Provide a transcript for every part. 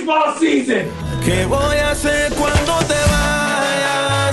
baseball season. ¿Qué voy a hacer cuando te vayas?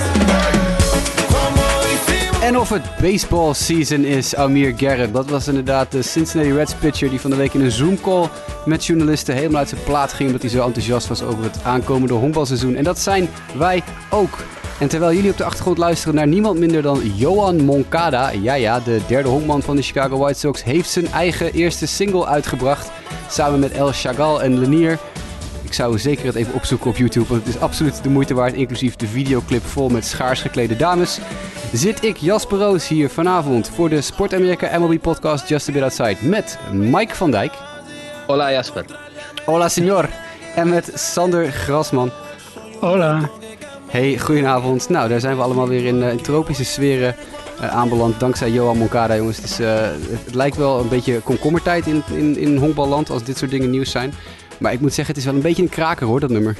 En of het baseball season is, Amir Garrett. Dat was inderdaad de Cincinnati Reds pitcher die van de week in een Zoom-call met journalisten helemaal uit zijn plaat ging omdat hij zo enthousiast was over het aankomende honkbalseizoen. En dat zijn wij ook. En terwijl jullie op de achtergrond luisteren naar niemand minder dan Yoan Moncada, ja, de derde honkman van de Chicago White Sox, heeft zijn eigen eerste single uitgebracht samen met El Chagall en Lanier. Ik zou zeker het even opzoeken op YouTube, want het is absoluut de moeite waard, inclusief de videoclip vol met schaars geklede dames. Zit ik, Jasper Roos, hier vanavond voor de Sport Amerika MLB podcast Just a Bit Outside met Mike van Dijk. Hola Jasper. Hola senor. En met Sander Grasman. Hola. Hey, goedenavond. Nou, daar zijn we allemaal weer in tropische sferen aanbeland dankzij Yoan Moncada, jongens. Het lijkt wel een beetje komkommertijd in honkballand als dit soort dingen nieuws zijn. Maar ik moet zeggen, het is wel een beetje een kraker hoor, dat nummer.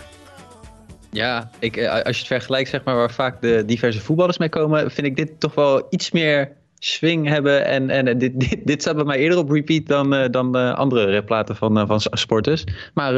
Ja, als je het vergelijkt zeg maar, waar vaak de diverse voetballers mee komen, vind ik dit toch wel iets meer swing hebben. En dit staat bij mij eerder op repeat dan andere rapplaten van sporters. Maar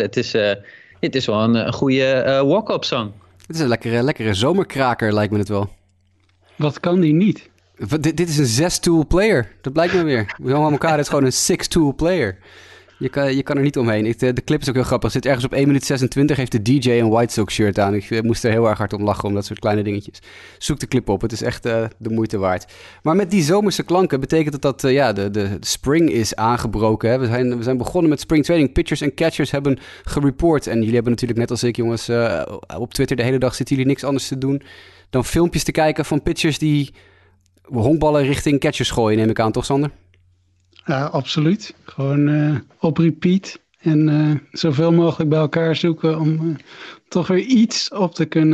het is wel een goede walk-up song. Het is een lekkere zomerkraker, lijkt me het wel. Wat kan die niet? Dit is een 6-tool player. Dat blijkt me weer. Yoan Moncada is gewoon een 6-tool player. Je kan er niet omheen. De clip is ook heel grappig. Zit ergens op 1 minuut 26, heeft de DJ een White Sox shirt aan. Ik moest er heel erg hard om lachen om dat soort kleine dingetjes. Zoek de clip op. Het is echt de moeite waard. Maar met die zomerse klanken betekent het dat de spring is aangebroken. Hè? We zijn begonnen met spring training. Pitchers en catchers hebben gereport. En jullie hebben natuurlijk net als ik, jongens, op Twitter de hele dag zitten jullie niks anders te doen dan filmpjes te kijken van pitchers die honkballen richting catchers gooien, neem ik aan, toch Sander? Ja, absoluut. Gewoon op repeat en zoveel mogelijk bij elkaar zoeken om toch weer iets op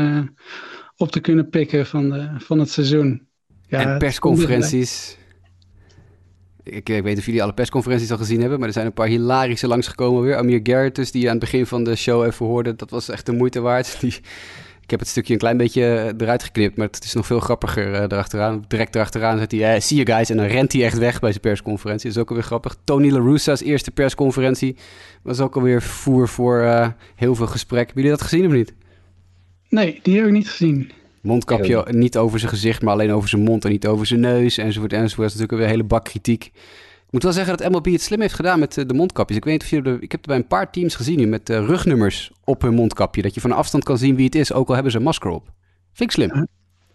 te kunnen pikken van het seizoen. Ja, en persconferenties. Ik weet niet of jullie alle persconferenties al gezien hebben, maar er zijn een paar hilarische langsgekomen weer. Amir Garrett dus, die je aan het begin van de show even hoorde, dat was echt de moeite waard. Ik heb het stukje een klein beetje eruit geknipt, maar het is nog veel grappiger erachteraan. Direct erachteraan zegt hij, see you guys, en dan rent hij echt weg bij zijn persconferentie. Dat is ook alweer grappig. Tony La Russa's eerste persconferentie was ook alweer voer voor heel veel gesprek. Hebben jullie dat gezien of niet? Nee, die heb ik niet gezien. Mondkapje niet over zijn gezicht, maar alleen over zijn mond en niet over zijn neus, enzovoort. Dat is natuurlijk weer een hele bak kritiek. Ik moet wel zeggen dat MLB het slim heeft gedaan met de mondkapjes. Ik weet niet of ik heb het bij een paar teams gezien nu met rugnummers op hun mondkapje. Dat je van afstand kan zien wie het is, ook al hebben ze een masker op. Vind ik slim.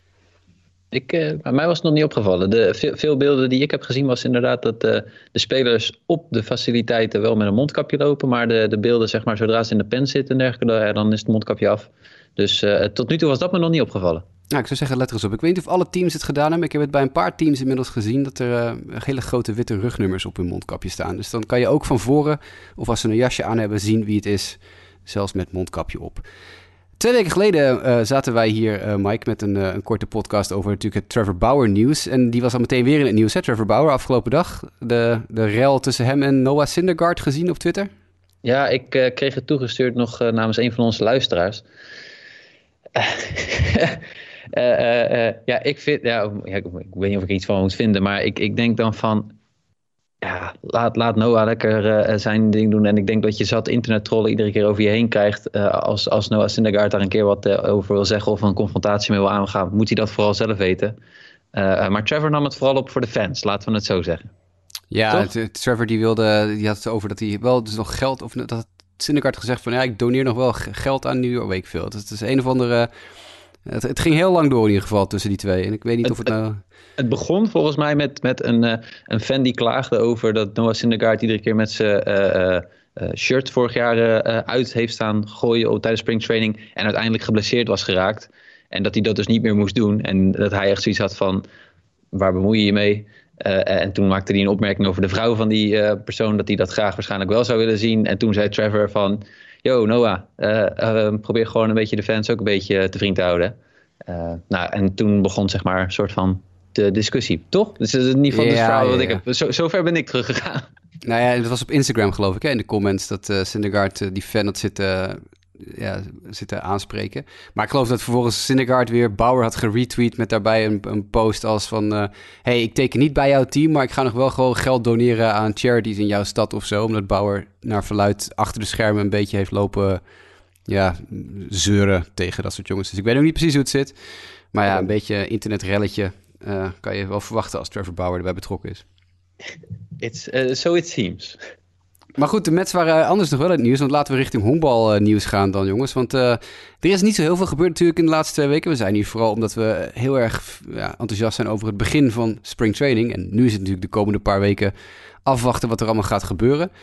Bij mij was het nog niet opgevallen. Veel beelden die ik heb gezien was inderdaad dat de spelers op de faciliteiten wel met een mondkapje lopen. Maar de beelden, zeg maar, zodra ze in de pen zitten en dergelijke, dan is het mondkapje af. Dus tot nu toe was dat me nog niet opgevallen. Nou, ik zou zeggen, let er eens op. Ik weet niet of alle teams het gedaan hebben. Ik heb het bij een paar teams inmiddels gezien dat er hele grote witte rugnummers op hun mondkapje staan. Dus dan kan je ook van voren, of als ze een jasje aan hebben, zien wie het is. Zelfs met mondkapje op. 2 weken geleden zaten wij hier, Mike, met een korte podcast over natuurlijk het Trevor Bauer nieuws. En die was al meteen weer in het nieuws, hè? Trevor Bauer, afgelopen dag. De rel tussen hem en Noah Syndergaard gezien op Twitter? Ja, ik kreeg het toegestuurd nog namens een van onze luisteraars. Ik weet niet of ik iets van moet vinden, maar ik denk dan van, ja, laat Noah lekker zijn ding doen. En ik denk dat je zat internet trollen iedere keer over je heen krijgt. Als Noah Syndergaard daar een keer wat over wil zeggen of een confrontatie mee wil aangaan, moet hij dat vooral zelf weten. Maar Trevor nam het vooral op voor de fans, laten we het zo zeggen. Ja, Trevor die had het over dat hij wel dus nog geld, of dat Syndergaard gezegd van, ja, ik doneer nog wel geld aan New York, weet ik veel. Het is een of andere. Het ging heel lang door in ieder geval tussen die twee. En ik weet niet of het nou. Het begon volgens mij met een fan die klaagde over dat Noah Syndergaard iedere keer met zijn shirt vorig jaar uit heeft staan gooien tijdens springtraining en uiteindelijk geblesseerd was geraakt. En dat hij dat dus niet meer moest doen. En dat hij echt zoiets had van, waar bemoei je je mee? En toen maakte hij een opmerking over de vrouw van die persoon, dat hij dat graag waarschijnlijk wel zou willen zien. En toen zei Trevor van, yo Noah, probeer gewoon een beetje de fans ook een beetje te vriend te houden. En toen begon zeg maar een soort van de discussie, toch? Dus dat is in ieder geval het verhaal wat ik heb. Zover ben ik teruggegaan. Nou ja, dat was op Instagram geloof ik, hè, in de comments, dat Syndergaard, die fan, dat zit zitten aanspreken. Maar ik geloof dat vervolgens Syndergaard weer Bauer had geretweet met daarbij een post als van... hey, ik teken niet bij jouw team, maar ik ga nog wel gewoon geld doneren aan charities in jouw stad of zo. Omdat Bauer naar verluidt achter de schermen een beetje heeft lopen zeuren tegen dat soort jongens. Dus ik weet ook niet precies hoe het zit. Maar ja, een beetje internetrelletje kan je wel verwachten als Trevor Bauer erbij betrokken is. So it seems. Maar goed, de Mets waren anders nog wel het nieuws. Want laten we richting honkbal nieuws gaan dan, jongens. Want er is niet zo heel veel gebeurd natuurlijk in de laatste 2 weken. We zijn hier vooral omdat we heel erg enthousiast zijn over het begin van spring training. En nu is het natuurlijk de komende paar weken afwachten wat er allemaal gaat gebeuren.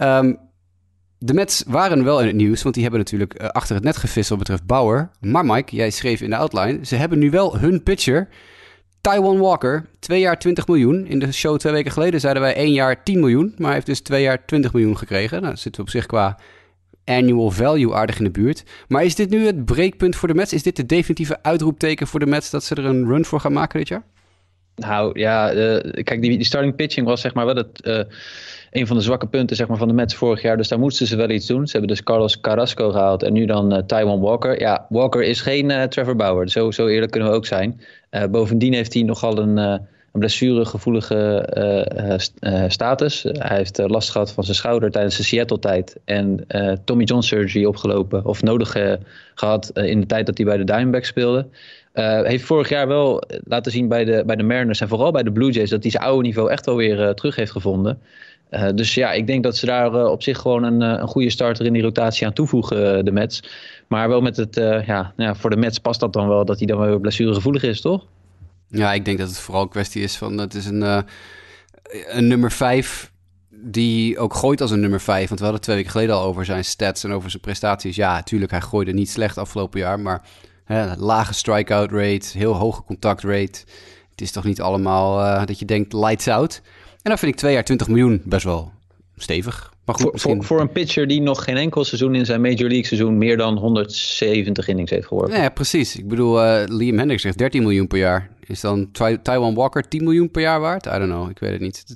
De Mets waren wel in het nieuws, want die hebben natuurlijk achter het net gevist wat betreft Bauer. Maar Mike, jij schreef in de outline, ze hebben nu wel hun pitcher... Taijuan Walker, 2 jaar 20 miljoen. In de show 2 weken geleden zeiden wij 1 jaar 10 miljoen. Maar hij heeft dus 2 jaar 20 miljoen gekregen. Nou, dan zitten we op zich qua annual value aardig in de buurt. Maar is dit nu het breekpunt voor de Mets? Is dit de definitieve uitroepteken voor de Mets dat ze er een run voor gaan maken dit jaar? Nou ja, kijk, die starting pitching was zeg maar wel een van de zwakke punten zeg maar, van de Mets vorig jaar. Dus daar moesten ze wel iets doen. Ze hebben dus Carlos Carrasco gehaald en nu dan Taijuan Walker. Ja, Walker is geen Trevor Bauer. Zo eerlijk kunnen we ook zijn. Bovendien heeft hij nogal een blessuregevoelige status. Hij heeft last gehad van zijn schouder tijdens de Seattle-tijd. En Tommy John surgery opgelopen. Of nodig gehad in de tijd dat hij bij de Diamondbacks speelde. Heeft vorig jaar wel laten zien bij de Mariners en vooral bij de Blue Jays... dat hij zijn oude niveau echt wel weer terug heeft gevonden. Dus ja, ik denk dat ze daar op zich gewoon een goede starter in die rotatie aan toevoegen, de Mets. Maar wel met het, voor de Mets past dat dan wel dat hij dan wel blessuregevoelig is, toch? Ja, ik denk dat het vooral een kwestie is van... Het is een nummer 5 die ook gooit als een nummer 5. Want we hadden 2 weken geleden al over zijn stats en over zijn prestaties. Ja, natuurlijk, hij gooide niet slecht afgelopen jaar. Maar lage strikeout rate, heel hoge contact rate. Het is toch niet allemaal dat je denkt lights out. En dan vind ik 2 jaar 20 miljoen best wel stevig. Maar goed, voor een pitcher die nog geen enkel seizoen in zijn Major League seizoen meer dan 170 innings heeft geworpen. Ja, precies. Ik bedoel, Liam Hendricks zegt 13 miljoen per jaar. Is dan Taijuan Walker 10 miljoen per jaar waard? I don't know, ik weet het niet.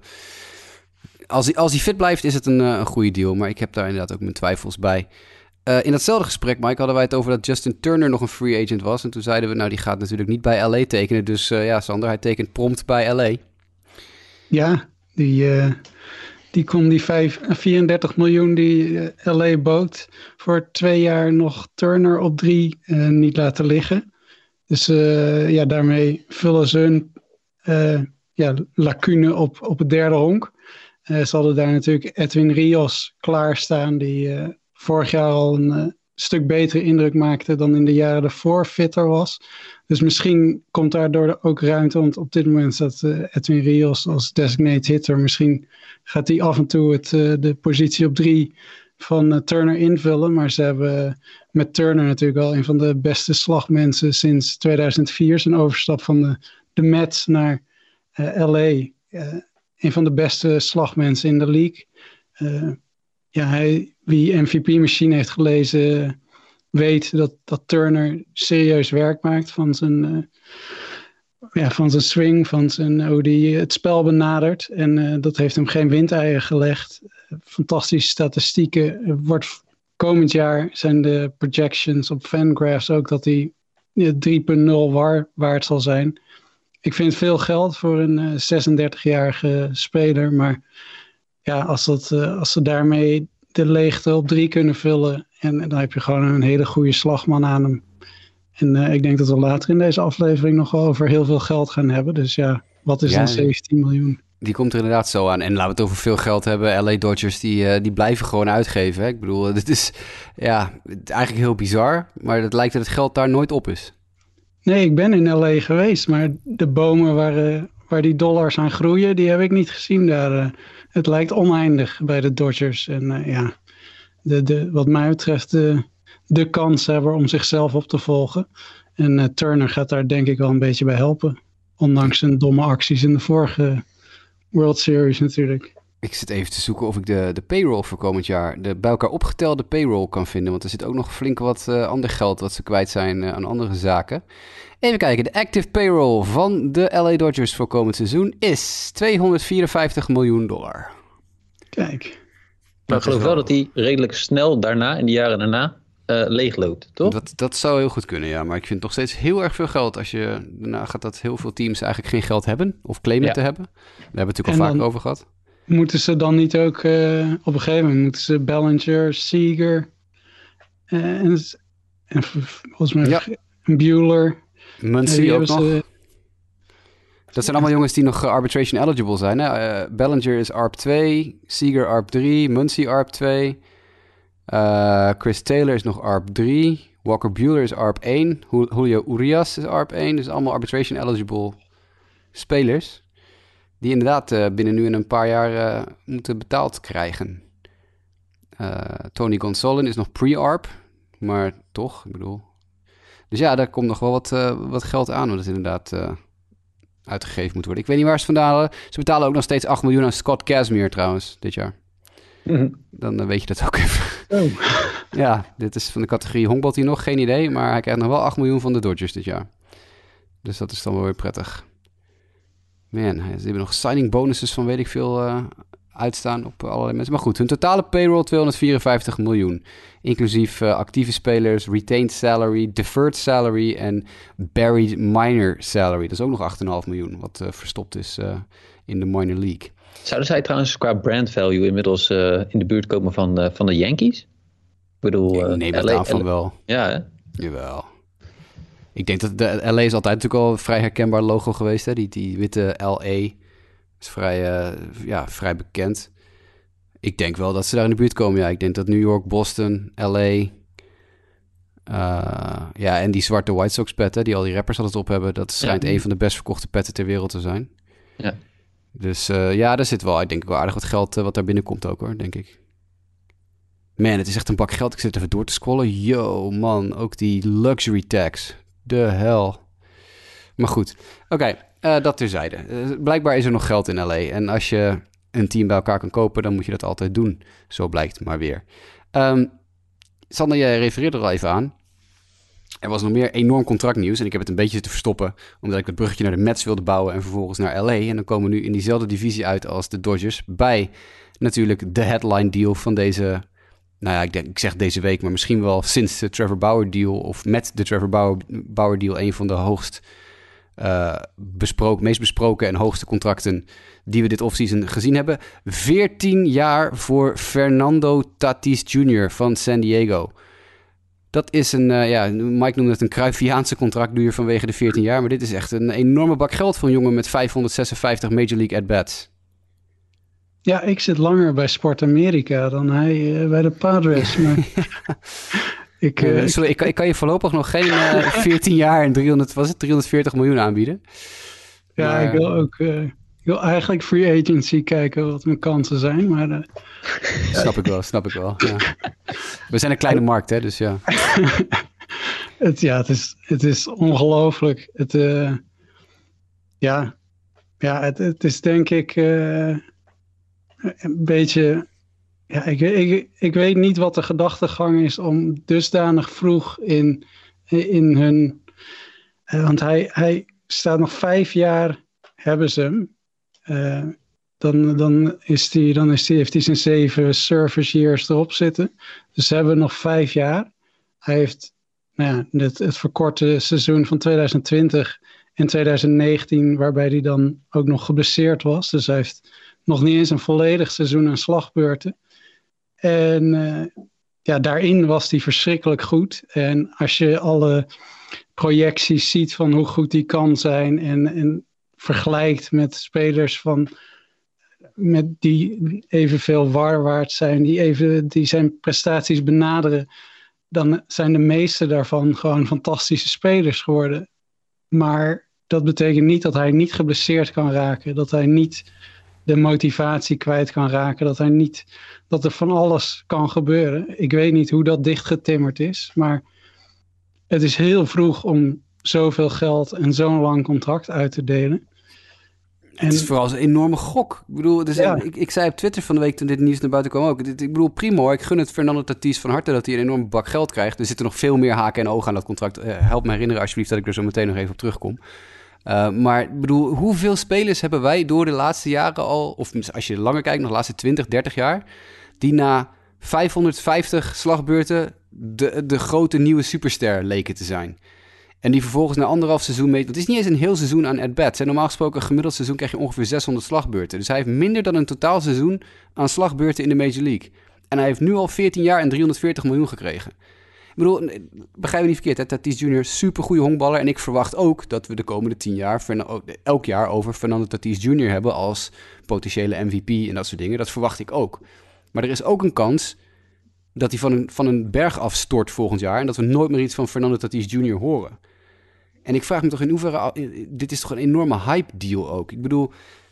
Als hij fit blijft is het een goede deal. Maar ik heb daar inderdaad ook mijn twijfels bij. In datzelfde gesprek, Mike, hadden wij het over dat Justin Turner nog een free agent was. En toen zeiden we, nou die gaat natuurlijk niet bij LA tekenen. Dus Sander, hij tekent prompt bij LA. Ja, die kon die 34 miljoen die LA bood voor 2 jaar nog Turner op 3 niet laten liggen. Dus daarmee vullen ze hun lacune op het derde honk. Ze hadden daar natuurlijk Edwin Rios klaarstaan die vorig jaar al een stuk betere indruk maakte dan in de jaren ervoor fitter was. Dus misschien komt daardoor ook ruimte, want op dit moment staat Edwin Rios als designated hitter. Misschien gaat hij af en toe de positie op 3 van Turner invullen. Maar ze hebben met Turner natuurlijk wel een van de beste slagmensen sinds 2004. Zijn overstap van de Mets naar LA. Een van de beste slagmensen in de league. Wie MVP-machine heeft gelezen weet dat Turner serieus werk maakt van zijn swing, van hoe hij het spel benadert. En dat heeft hem geen windeieren gelegd. Fantastische statistieken. Komend jaar zijn de projections op Fangraphs ook dat hij 3.0 waard zal zijn. Ik vind veel geld voor een 36-jarige speler, maar ja, als ze daarmee de leegte op 3 kunnen vullen en dan heb je gewoon een hele goede slagman aan hem. En ik denk dat we later in deze aflevering nog wel over heel veel geld gaan hebben. Dus ja, wat is dan 17 miljoen? Die komt er inderdaad zo aan. En laten we het over veel geld hebben. LA Dodgers, die blijven gewoon uitgeven. Hè? Ik bedoel, dit is eigenlijk heel bizar. Maar het lijkt dat het geld daar nooit op is. Nee, ik ben in LA geweest. Maar de bomen waar die dollars aan groeien, die heb ik niet gezien daar. Het lijkt oneindig bij de Dodgers. En wat mij betreft de kanshebber om zichzelf op te volgen. En Turner gaat daar denk ik wel een beetje bij helpen. Ondanks zijn domme acties in de vorige World Series natuurlijk. Ik zit even te zoeken of ik de payroll voor komend jaar, de bij elkaar opgetelde payroll kan vinden. Want er zit ook nog flink wat ander geld wat ze kwijt zijn aan andere zaken. Even kijken, de active payroll van de LA Dodgers voor komend seizoen is $254 miljoen. Kijk. Maar ik geloof wel dat hij redelijk snel daarna, in de jaren daarna, leegloopt, toch? Dat zou heel goed kunnen, ja. Maar ik vind het nog steeds heel erg veel geld als je daarna gaat dat heel veel teams eigenlijk geen geld hebben of claimen te hebben. Daar hebben we het natuurlijk al vaak over gehad. Moeten ze dan niet ook op een gegeven moment moeten ze Bellinger, Seager en volgens mij Bueller. Muncy ook nog. Dat zijn allemaal jongens die nog arbitration eligible zijn. Hè? Bellinger is ARP 2, Seager ARP 3, Muncy ARP 2. Chris Taylor is nog ARP 3. Walker Buehler is ARP 1. Julio Urias is ARP 1. Dus allemaal arbitration eligible spelers. Die inderdaad binnen nu in een paar jaar moeten betaald krijgen. Tony Gonsolin is nog pre-ARP. Maar toch, ik bedoel. Dus ja, daar komt nog wel wat geld aan. Want het inderdaad uitgegeven moet worden. Ik weet niet waar ze vandaan halen. Ze betalen ook nog steeds 8 miljoen aan Scott Kazmir trouwens, dit jaar. Dan weet je dat ook even. Oh. Ja, dit is van de categorie honkbalt hier nog, geen idee. Maar hij krijgt nog wel 8 miljoen van de Dodgers dit jaar. Dus dat is dan wel weer prettig. Man, ze hebben nog signing bonuses van weet ik veel uitstaan op allerlei mensen. Maar goed, hun totale payroll 254 miljoen. Inclusief actieve spelers, retained salary, deferred salary en buried minor salary. Dat is ook nog 8,5 miljoen, wat verstopt is in de minor league. Zouden zij trouwens qua brand value inmiddels in de buurt komen van de Yankees? Ik bedoel, ik neem het aan van wel. Ja, hè? Jawel. Ik denk dat de LA is altijd natuurlijk al een vrij herkenbaar logo geweest. Hè? Die witte LA is vrij bekend. Ik denk wel dat ze daar in de buurt komen. Ja, ik denk dat New York, Boston, LA... en die zwarte White Sox pet, die al die rappers altijd op hebben... dat schijnt een van de best verkochte petten ter wereld te zijn. Ja. Dus daar zit wel, ik denk wel aardig wat geld wat daar binnenkomt ook hoor, denk ik. Man, het is echt een bak geld. Ik zit even door te scrollen. Yo, man, ook die luxury tax. De hel. Maar goed, oké, dat terzijde. Blijkbaar is er nog geld in LA. En als je een team bij elkaar kan kopen, dan moet je dat altijd doen. Zo blijkt maar weer. Sander, jij refereerde er al even aan. Er was nog meer enorm contractnieuws. En ik heb het een beetje te verstoppen, omdat ik het bruggetje naar de Mets wilde bouwen en vervolgens naar LA. En dan komen we nu in diezelfde divisie uit als de Dodgers. Bij natuurlijk de headline deal van deze... Nou ja, ik zeg deze week, maar misschien wel sinds de Trevor Bauer deal... of met de Trevor Bauer deal een van de meest besproken en hoogste contracten... die we dit offseason gezien hebben. 14 jaar voor Fernando Tatis Jr. van San Diego. Dat is Mike noemde het een Cruyffiaanse contractduur vanwege de 14 jaar... maar dit is echt een enorme bak geld voor een jongen met 556 Major League at-bats. Ja, ik zit langer bij Sport Amerika dan hij bij de Padres. Maar ik kan je voorlopig nog geen 14 jaar en 340 miljoen aanbieden. Ja, maar... ik wil eigenlijk free agency kijken wat mijn kansen zijn. Maar, Snap ik wel. Ja. We zijn een kleine markt, hè, dus ja. Het is ongelooflijk. Het is denk ik... een beetje... Ja, ik weet niet wat de gedachtegang is om dusdanig vroeg in hun... want hij staat nog 5 jaar, hebben ze hem. Dan heeft hij zijn 7 service years erop zitten. Dus ze hebben nog 5 jaar. Hij heeft het verkorte seizoen van 2020 en 2019... waarbij hij dan ook nog geblesseerd was. Dus hij heeft... nog niet eens een volledig seizoen aan slagbeurten. En daarin was hij verschrikkelijk goed. En als je alle projecties ziet van hoe goed hij kan zijn... en vergelijkt met spelers met die evenveel waard zijn... die zijn prestaties benaderen... dan zijn de meeste daarvan gewoon fantastische spelers geworden. Maar dat betekent niet dat hij niet geblesseerd kan raken. Dat hij niet... de motivatie kwijt kan raken, dat er van alles kan gebeuren. Ik weet niet hoe dat dichtgetimmerd is, maar het is heel vroeg om zoveel geld en zo'n lang contract uit te delen. Het is vooral een enorme gok. Ik bedoel, ik zei op Twitter van de week toen dit nieuws naar buiten kwam ook. Ik bedoel, prima hoor. Ik gun het Fernando Tatis van harte dat hij een enorme bak geld krijgt. Er zitten nog veel meer haken en ogen aan dat contract. Help me herinneren alsjeblieft dat ik er zo meteen nog even op terugkom. Maar ik bedoel, hoeveel spelers hebben wij door de laatste jaren al... of als je langer kijkt, nog de laatste 20, 30 jaar... die na 550 slagbeurten de grote nieuwe superster leken te zijn. En die vervolgens na 1,5 seizoen meet... Want het is niet eens een heel seizoen aan at-bats. Normaal gesproken, een gemiddeld seizoen krijg je ongeveer 600 slagbeurten. Dus hij heeft minder dan een totaal seizoen aan slagbeurten in de Major League. En hij heeft nu al 14 jaar en 340 miljoen gekregen. Ik bedoel, begrijp me niet verkeerd, hè? Tatis Jr. supergoeie honkballer. En ik verwacht ook dat we de komende 10 jaar... elk jaar over Fernando Tatis Jr. hebben als potentiële MVP en dat soort dingen. Dat verwacht ik ook. Maar er is ook een kans dat hij van een berg afstort volgend jaar... en dat we nooit meer iets van Fernando Tatis Jr. horen. En ik vraag me toch in hoeverre... Dit is toch een enorme hype-deal ook? Ik bedoel...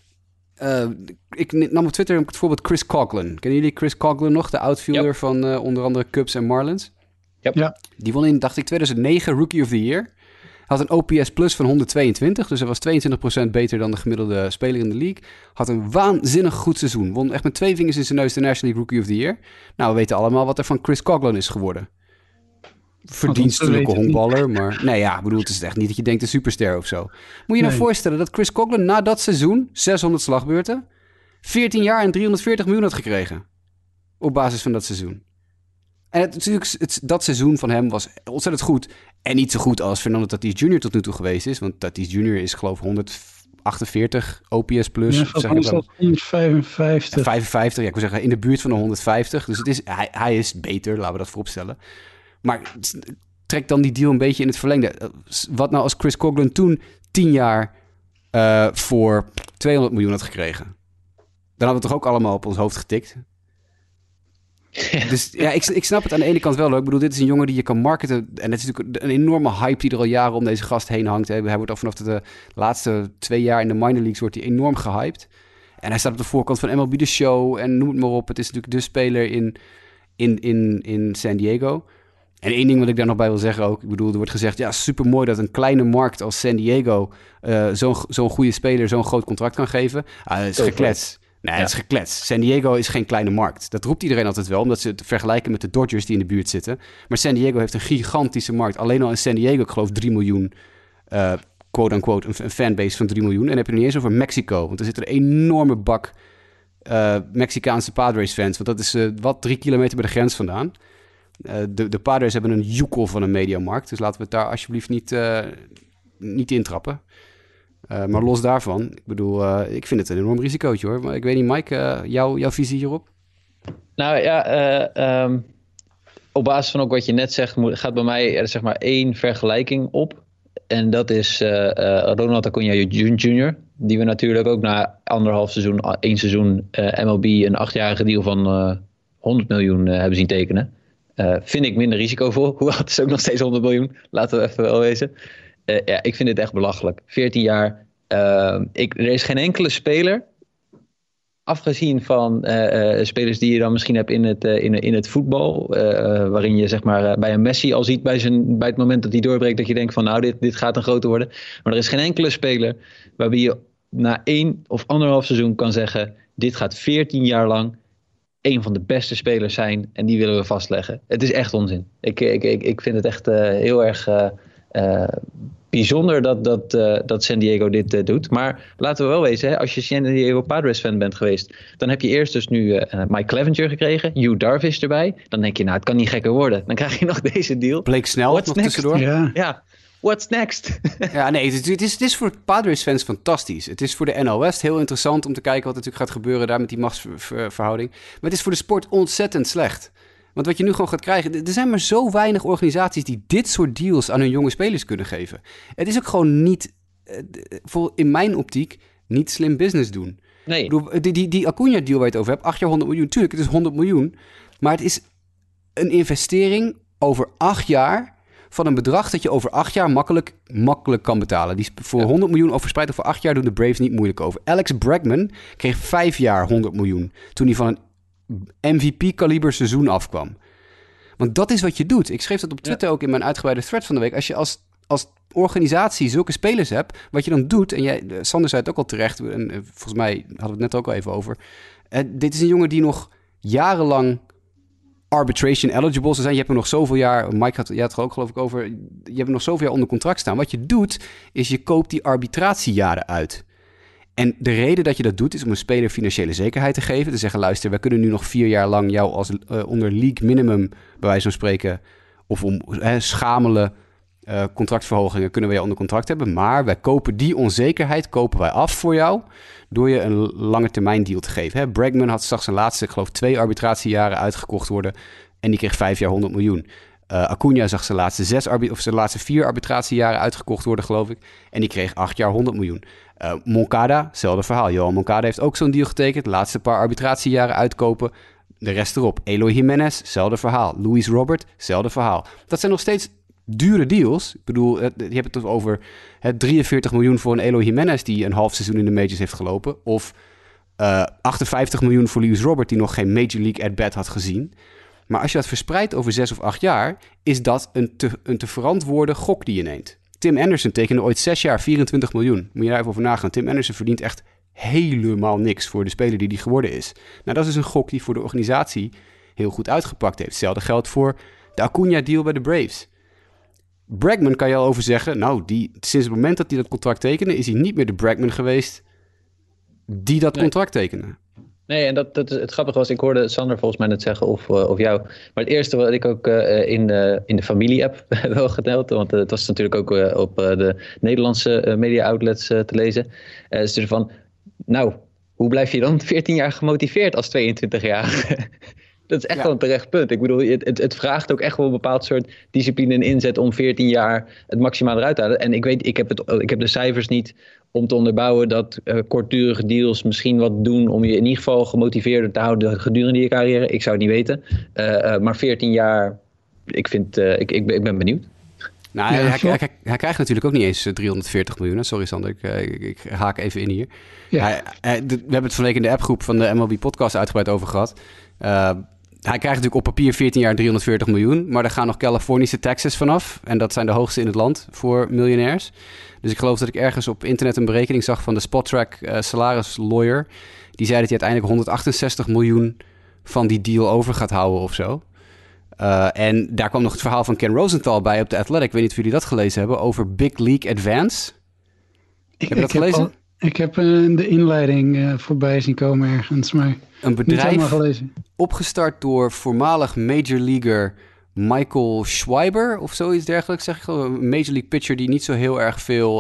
ik nam op Twitter het voorbeeld Chris Coughlin. Kennen jullie Chris Coughlin nog? De outfielder van onder andere Cubs en Marlins. Yep. Ja. Die won in, dacht ik, 2009 Rookie of the Year. Had een OPS plus van 122. Dus hij was 22% beter dan de gemiddelde speler in de league. Had een waanzinnig goed seizoen. Won echt met 2 vingers in zijn neus de National League Rookie of the Year. Nou, we weten allemaal wat er van Chris Coughlin is geworden. Verdienstelijke honkballer, maar... Nee, ja, ik bedoel, het is echt niet dat je denkt een superster of zo. Moet je nou voorstellen dat Chris Coughlin na dat seizoen, 600 slagbeurten, 14 jaar en 340 miljoen had gekregen. Op basis van dat seizoen. En dat seizoen van hem was ontzettend goed. En niet zo goed als Fernando Tatis Jr. tot nu toe geweest is. Want Tatis Jr. is geloof ik 148 OPS plus. Ja, volgens mij 155. 55, ja, ik wil zeggen in de buurt van de 150. Dus het is, hij is beter, laten we dat vooropstellen. Maar trek dan die deal een beetje in het verlengde. Wat nou als Chris Coughlin toen 10 jaar voor 200 miljoen had gekregen? Dan hadden we toch ook allemaal op ons hoofd getikt? Ja. Dus ja, ik snap het aan de ene kant wel hoor. Ik bedoel, dit is een jongen die je kan marketen. En het is natuurlijk een enorme hype die er al jaren om deze gast heen hangt. Hij wordt al vanaf de laatste 2 jaar in de minor leagues wordt hij enorm gehyped. En hij staat op de voorkant van MLB The Show en noem het maar op. Het is natuurlijk de speler in San Diego. En één ding wat ik daar nog bij wil zeggen ook. Ik bedoel, er wordt gezegd, ja, supermooi dat een kleine markt als San Diego zo'n goede speler zo'n groot contract kan geven. Dat is geklets. Nee, dat is geklets. San Diego is geen kleine markt. Dat roept iedereen altijd wel, omdat ze het vergelijken met de Dodgers die in de buurt zitten. Maar San Diego heeft een gigantische markt. Alleen al in San Diego, ik geloof 3 miljoen, quote-unquote, een fanbase van 3 miljoen. En dan heb je het niet eens over Mexico. Want er zit een enorme bak Mexicaanse Padres-fans. Want dat is 3 kilometer bij de grens vandaan. De Padres hebben een joekel van een mediamarkt. Dus laten we het daar alsjeblieft niet intrappen. Maar los daarvan, ik bedoel, ik vind het een enorm risicootje hoor. Maar ik weet niet, Mike, jouw visie hierop? Nou ja, op basis van ook wat je net zegt, gaat bij mij zeg maar 1 vergelijking op. En dat is Ronald Acuna Jr. Die we natuurlijk ook na 1,5 seizoen, 1 seizoen MLB een 8-jarige deal van 100 miljoen hebben zien tekenen. Vind ik minder risicovol. Hoewel, het is ook nog steeds 100 miljoen. Laten we even wel wezen. Ja, ik vind dit echt belachelijk. 14 jaar. Er is geen enkele speler, afgezien van spelers die je dan misschien hebt in het voetbal, waarin je zeg maar bij een Messi al ziet bij het moment dat hij doorbreekt, dat je denkt van nou, dit gaat een grote worden. Maar er is geen enkele speler waarbij je na 1 of 1,5 seizoen kan zeggen, dit gaat 14 jaar lang een van de beste spelers zijn en die willen we vastleggen. Het is echt onzin. Ik vind het echt heel erg bijzonder dat San Diego dit doet. Maar laten we wel wezen, hè, als je San Diego Padres fan bent geweest, dan heb je eerst dus nu Mike Clevenger gekregen, Yu Darvish erbij. Dan denk je, nou, het kan niet gekker worden. Dan krijg je nog deze deal. Blake Snell nog tussendoor. Ja. What's next? Ja, nee, het is voor Padres-fans fantastisch. Het is voor de NL West heel interessant om te kijken wat natuurlijk gaat gebeuren daar met die machtsverhouding. Maar het is voor de sport ontzettend slecht. Want wat je nu gewoon gaat krijgen, er zijn maar zo weinig organisaties die dit soort deals aan hun jonge spelers kunnen geven. Het is ook gewoon niet, in mijn optiek, niet slim business doen. Nee. Ik bedoel, die Acuna-deal waar je het over hebt, 8 jaar 100 miljoen. Tuurlijk, het is 100 miljoen. Maar het is een investering over 8 jaar van een bedrag dat je over 8 jaar makkelijk kan betalen. Die voor 100 miljoen verspreid over 8 jaar doen de Braves niet moeilijk over. Alex Bregman kreeg 5 jaar 100 miljoen toen hij van een MVP-kaliber seizoen afkwam. Want dat is wat je doet. Ik schreef dat op Twitter ook in mijn uitgebreide thread van de week. Als je als organisatie zulke spelers hebt, wat je dan doet, en Sander zei het ook al terecht, en volgens mij hadden we het net ook al even over, dit is een jongen die nog jarenlang arbitration eligible zou zijn. Je hebt er nog zoveel jaar, Mike had het ook geloof ik over, je hebt er nog zoveel jaar onder contract staan. Wat je doet, is je koopt die arbitratiejaren uit. En de reden dat je dat doet is om een speler financiële zekerheid te geven. Te zeggen, luister, wij kunnen nu nog 4 jaar lang jou als onder league minimum, bij wijze van spreken, of om schamele contractverhogingen kunnen we je onder contract hebben. Maar wij kopen die onzekerheid af voor jou door je een lange termijn deal te geven. Bregman had straks zijn laatste, ik geloof 2 arbitratiejaren uitgekocht worden en die kreeg 5 jaar 100 miljoen. Acuna zag zijn laatste 4 arbitratiejaren uitgekocht worden, geloof ik. En die kreeg 8 jaar 100 miljoen. Moncada, hetzelfde verhaal. Johan Moncada heeft ook zo'n deal getekend. De laatste paar arbitratiejaren uitkopen. De rest erop. Eloy Jimenez, hetzelfde verhaal. Luis Robert, hetzelfde verhaal. Dat zijn nog steeds dure deals. Ik bedoel, je hebt het dus over 43 miljoen voor een Eloy Jimenez die een half seizoen in de majors heeft gelopen. Of 58 miljoen voor Luis Robert die nog geen Major League at-bat had gezien. Maar als je dat verspreidt over 6 of 8 jaar, is dat een te verantwoorde gok die je neemt. Tim Anderson tekende ooit 6 jaar 24 miljoen. Moet je daar even over nagaan. Tim Anderson verdient echt helemaal niks voor de speler die geworden is. Nou, dat is een gok die voor de organisatie heel goed uitgepakt heeft. Hetzelfde geldt voor de Acuna-deal bij de Braves. Bregman kan je al over zeggen, nou, sinds het moment dat hij dat contract tekende, is hij niet meer de Bregman geweest die dat contract tekende. Nee, en dat is het grappige was, ik hoorde Sander volgens mij net zeggen of jou. Maar het eerste wat ik ook in de familie-app wel geteld, want het was natuurlijk ook op de Nederlandse media-outlets te lezen. Is dus van, nou, hoe blijf je dan 14 jaar gemotiveerd als 22-jarige? Dat is echt wel een terecht punt. Ik bedoel, het vraagt ook echt wel een bepaald soort discipline en inzet om 14 jaar het maximaal eruit te halen. En ik heb de cijfers niet om te onderbouwen dat kortdurige deals misschien wat doen om je in ieder geval gemotiveerder te houden gedurende je carrière. Ik zou het niet weten. Maar 14 jaar, ik ben benieuwd. Nou, hij krijgt natuurlijk ook niet eens 340 miljoen. Sorry Sander, ik haak even in hier. Ja. We hebben het van week in de appgroep van de MLB podcast uitgebreid over gehad. Hij krijgt natuurlijk op papier 14 jaar 340 miljoen. Maar er gaan nog Californische taxes vanaf. En dat zijn de hoogste in het land voor miljonairs. Dus ik geloof dat ik ergens op internet een berekening zag van de Spotrac salaris lawyer. Die zei dat hij uiteindelijk 168 miljoen van die deal over gaat houden of zo. En daar kwam nog het verhaal van Ken Rosenthal bij op The Athletic. Ik weet niet of jullie dat gelezen hebben, over Big League Advance. Heb je dat gelezen? Ik heb de inleiding voorbij zien komen ergens, maar een bedrijf opgestart door voormalig Major Leaguer Michael Schreiber of zoiets dergelijks, zeg ik gewoon. Een Major League pitcher die niet zo heel erg veel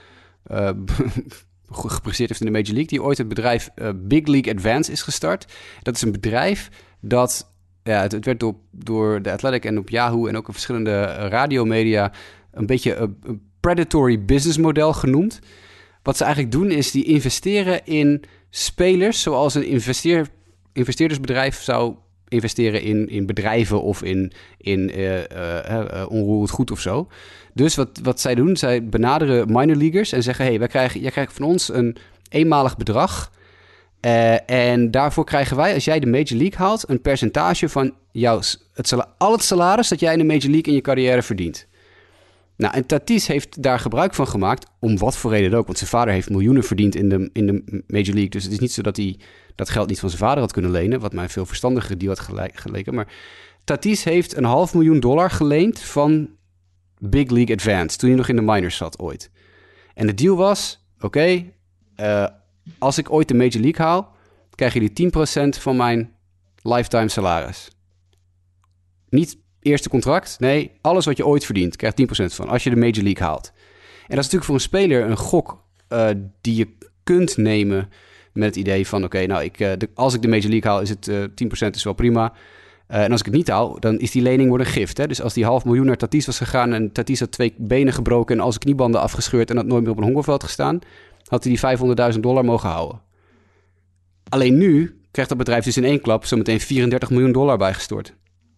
gepresteerd heeft in de Major League. Die ooit het bedrijf Big League Advance is gestart. Dat is een bedrijf dat... Ja, het werd door The Athletic en op Yahoo en ook op verschillende radiomedia een beetje een predatory business model genoemd. Wat ze eigenlijk doen is die investeren in spelers zoals een investeerdersbedrijf zou investeren in bedrijven of in onroerend goed of zo. Dus wat zij doen, zij benaderen minor leaguers en zeggen, hey, jij krijgt van ons een eenmalig bedrag. En daarvoor krijgen wij, als jij de Major League haalt, een percentage van al het salaris dat jij in de Major League in je carrière verdient. Nou, en Tatis heeft daar gebruik van gemaakt, om wat voor reden ook. Want zijn vader heeft miljoenen verdiend in de Major League. Dus het is niet zo dat hij dat geld niet van zijn vader had kunnen lenen, wat mij een veel verstandiger deal had geleken. Maar Tatis heeft $500,000 geleend van Big League Advance, toen hij nog in de minors zat ooit. En de deal was, oké, als ik ooit de Major League haal, krijgen jullie 10% van mijn lifetime salaris. Niet eerste contract, nee, alles wat je ooit verdient, krijgt 10% van, als je de Major League haalt. En dat is natuurlijk voor een speler een gok die je kunt nemen met het idee van, oké, nou, als ik de Major League haal, is het 10% is wel prima. En als ik het niet haal, dan is die lening wordt een gift. Hè? Dus als die $500,000 naar Tatis was gegaan en Tatis had 2 benen gebroken en al zijn kniebanden afgescheurd en had nooit meer op een honkbalveld gestaan, had hij die $500,000 mogen houden. Alleen nu krijgt dat bedrijf dus in één klap zometeen $34 miljoen bijgestort.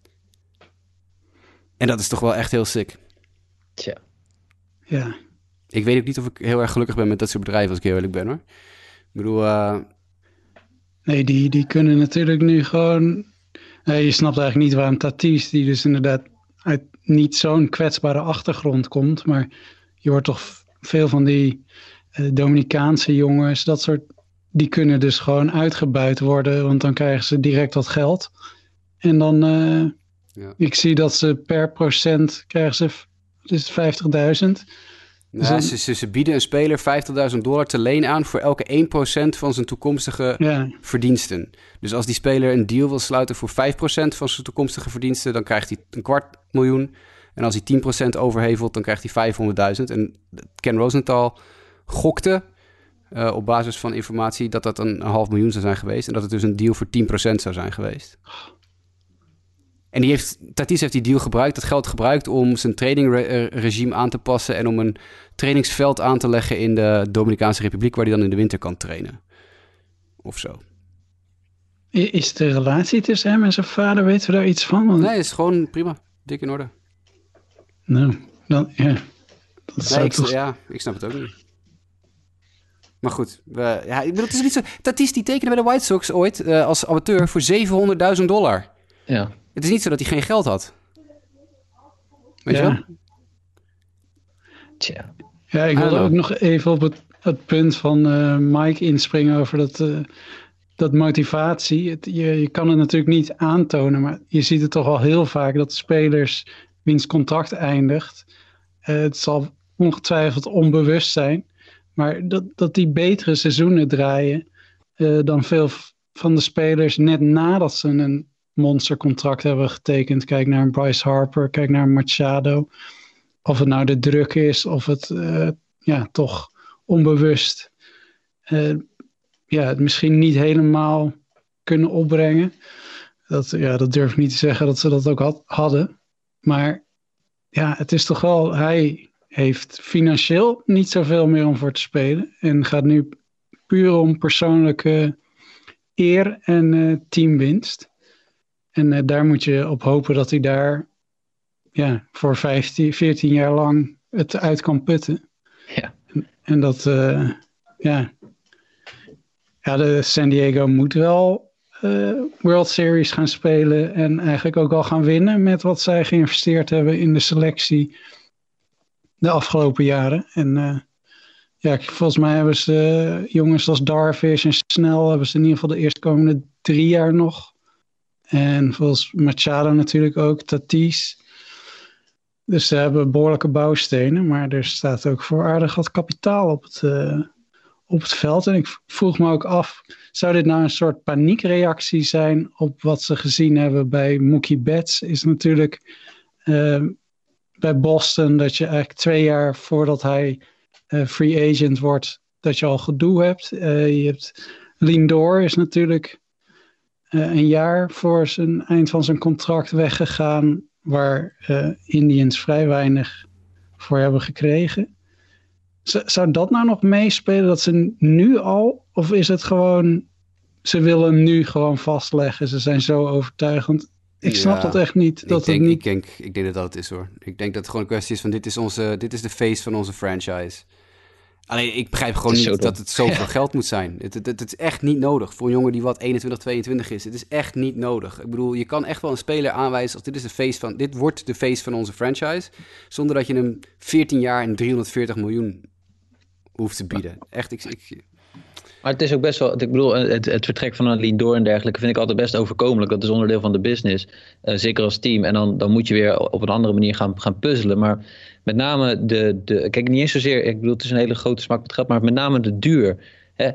En dat is toch wel echt heel sick. Tja. Ja. Ik weet ook niet of ik heel erg gelukkig ben met dat soort bedrijven, als ik heel eerlijk ben, hoor. Ik bedoel... Nee, die kunnen natuurlijk nu gewoon... Nee, je snapt eigenlijk niet waarom Tatis, die dus inderdaad uit niet zo'n kwetsbare achtergrond komt, maar je hoort toch veel van die Dominicaanse jongens, dat soort, die kunnen dus gewoon uitgebuit worden, want dan krijgen ze direct wat geld. En dan, ik zie dat ze per procent krijgen ze, het is 50.000. Nou, Dus ze bieden een speler $50.000 te leen aan voor elke 1% van zijn toekomstige verdiensten. Dus als die speler een deal wil sluiten voor 5% van zijn toekomstige verdiensten, dan krijgt hij $250.000. En als hij 10% overhevelt, dan krijgt hij $500.000. En Ken Rosenthal gokte op basis van informatie dat dat een $500.000 zou zijn geweest. En dat het dus een deal voor 10% zou zijn geweest. En Tatis heeft die deal gebruikt, dat geld gebruikt om zijn trainingregime aan te passen en om een trainingsveld aan te leggen in de Dominicaanse Republiek, waar hij dan in de winter kan trainen. Of zo. Is de relatie tussen hem en zijn vader, weten we daar iets van? Nee, is gewoon prima. Dik in orde. Nou, dan ja. Ik snap het ook niet. Maar goed, ik bedoel, het is niet zo. Tatis die tekende bij de White Sox ooit als amateur voor $700.000. Ja. Het is niet zo dat hij geen geld had. Weet je wel? Tja. Ja, ik wilde ook nog even op het punt van Mike inspringen over dat motivatie. Je kan het natuurlijk niet aantonen, maar je ziet het toch al heel vaak dat spelers wiens contract eindigt, het zal ongetwijfeld onbewust zijn, maar dat die betere seizoenen draaien dan veel van de spelers net nadat ze een monstercontract hebben getekend. Kijk naar een Bryce Harper, kijk naar een Machado. Of het nou de druk is, of het toch onbewust het misschien niet helemaal kunnen opbrengen. Dat durf ik niet te zeggen dat ze dat ook hadden. Maar ja, het is toch wel, hij heeft financieel niet zoveel meer om voor te spelen. En gaat nu puur om persoonlijke eer en teamwinst. En daar moet je op hopen dat hij daar voor 14 jaar lang het uit kan putten. Ja. En dat, de San Diego moet wel World Series gaan spelen en eigenlijk ook al gaan winnen met wat zij geïnvesteerd hebben in de selectie de afgelopen jaren. En volgens mij hebben ze jongens als Darvish en Snell hebben ze in ieder geval de eerstkomende 3 jaar nog. En volgens Machado natuurlijk ook, Tatis. Dus ze hebben behoorlijke bouwstenen, maar er staat ook voor aardig wat kapitaal op het veld. En ik vroeg me ook af, zou dit nou een soort paniekreactie zijn op wat ze gezien hebben bij Mookie Betts? Is natuurlijk bij Boston dat je eigenlijk 2 jaar voordat hij free agent wordt, dat je al gedoe hebt. Je hebt Lindor is natuurlijk een jaar voor zijn eind van zijn contract weggegaan, waar Indians vrij weinig voor hebben gekregen. Zou dat nou nog meespelen dat ze nu al, of is het gewoon, ze willen nu gewoon vastleggen, ze zijn zo overtuigend. Ik snap dat echt niet. Ik denk dat dat het is hoor. Ik denk dat het gewoon een kwestie is van dit is de face van onze franchise. Alleen ik begrijp gewoon niet dat het zoveel geld moet zijn. Het is echt niet nodig voor een jongen die 21, 22 is. Het is echt niet nodig. Ik bedoel, je kan echt wel een speler aanwijzen als dit wordt de face van onze franchise, zonder dat je hem 14 jaar en $340 miljoen hoeft te bieden. Echt, Maar het is ook best wel, ik bedoel, het vertrek van een Lindor en dergelijke vind ik altijd best overkomelijk. Dat is onderdeel van de business, zeker als team. En dan moet je weer op een andere manier gaan puzzelen. Maar met name kijk, niet eens zozeer, ik bedoel, het is een hele grote smak met geld, maar met name de duur. Hè.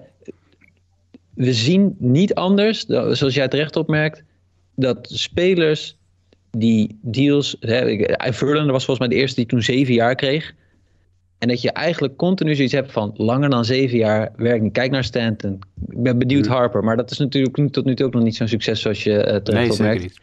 We zien niet anders, zoals jij terecht opmerkt, dat spelers die deals, Verlander was volgens mij de eerste die toen 7 jaar kreeg. En dat je eigenlijk continu zoiets hebt van langer dan 7 jaar werkt niet. Kijk naar Stanton. Ik ben benieuwd Harper. Maar dat is natuurlijk tot nu toe ook nog niet zo'n succes zoals je terecht opmerkt.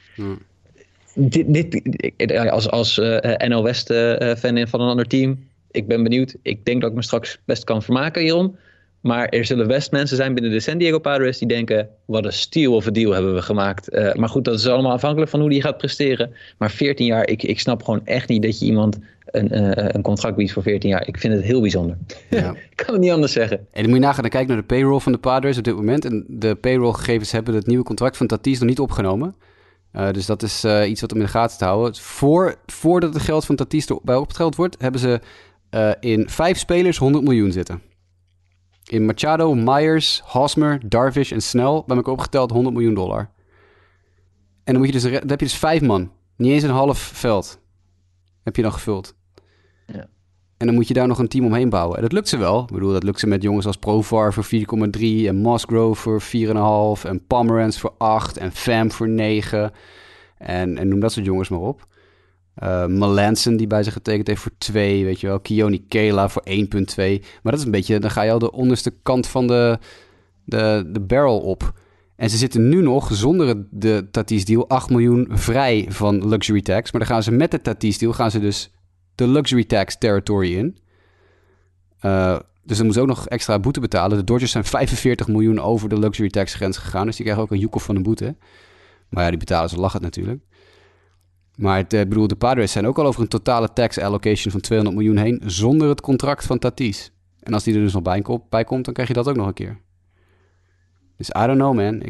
Als NL West fan van een ander team. Ik ben benieuwd. Ik denk dat ik me straks best kan vermaken hierom. Maar er zullen West mensen zijn binnen de San Diego Padres die denken, wat een steal of a deal hebben we gemaakt. Maar goed, dat is allemaal afhankelijk van hoe die gaat presteren. Maar 14 jaar, ik snap gewoon echt niet dat je iemand een contract biedt voor 14 jaar. Ik vind het heel bijzonder. Ja. Ik kan het niet anders zeggen. En dan moet je nagaan, dan kijk naar de payroll van de Padres op dit moment. En de payrollgegevens hebben het nieuwe contract van Tatis nog niet opgenomen. Dus dat is iets wat om in de gaten te houden. Voordat het geld van Tatis erbij opgeteld wordt, hebben ze in 5 spelers $100 miljoen zitten. In Machado, Myers, Hosmer, Darvish en Snell bij elkaar opgeteld $100 miljoen. En dan heb je dus 5 man. Niet eens een half veld heb je dan gevuld. Ja. En dan moet je daar nog een team omheen bouwen. En dat lukt ze wel. Ik bedoel, dat lukt ze met jongens als Provar voor 4,3... en Musgrove voor 4,5... en Pomerantz voor 8... en Pham voor 9... En noem dat soort jongens maar op. Melanson die bij zich getekend heeft voor 2, weet je wel. Keone Kela voor 1,2. Maar dat is een beetje, dan ga je al de onderste kant van de barrel op. En ze zitten nu nog, zonder de Tatis deal, 8 miljoen vrij van luxury tax. Maar dan gaan ze met de Tatis deal, gaan ze dus de luxury tax territory in. Dus dan moeten ze ook nog extra boete betalen. De Dodgers zijn 45 miljoen over de luxury tax grens gegaan. Dus die krijgen ook een joekel van een boete. Maar ja, die betalen ze lachend natuurlijk. Maar de Padres zijn ook al over een totale tax allocation van 200 miljoen heen, zonder het contract van Tatis. En als die er dus nog bij komt, dan krijg je dat ook nog een keer. Dus I don't know, man.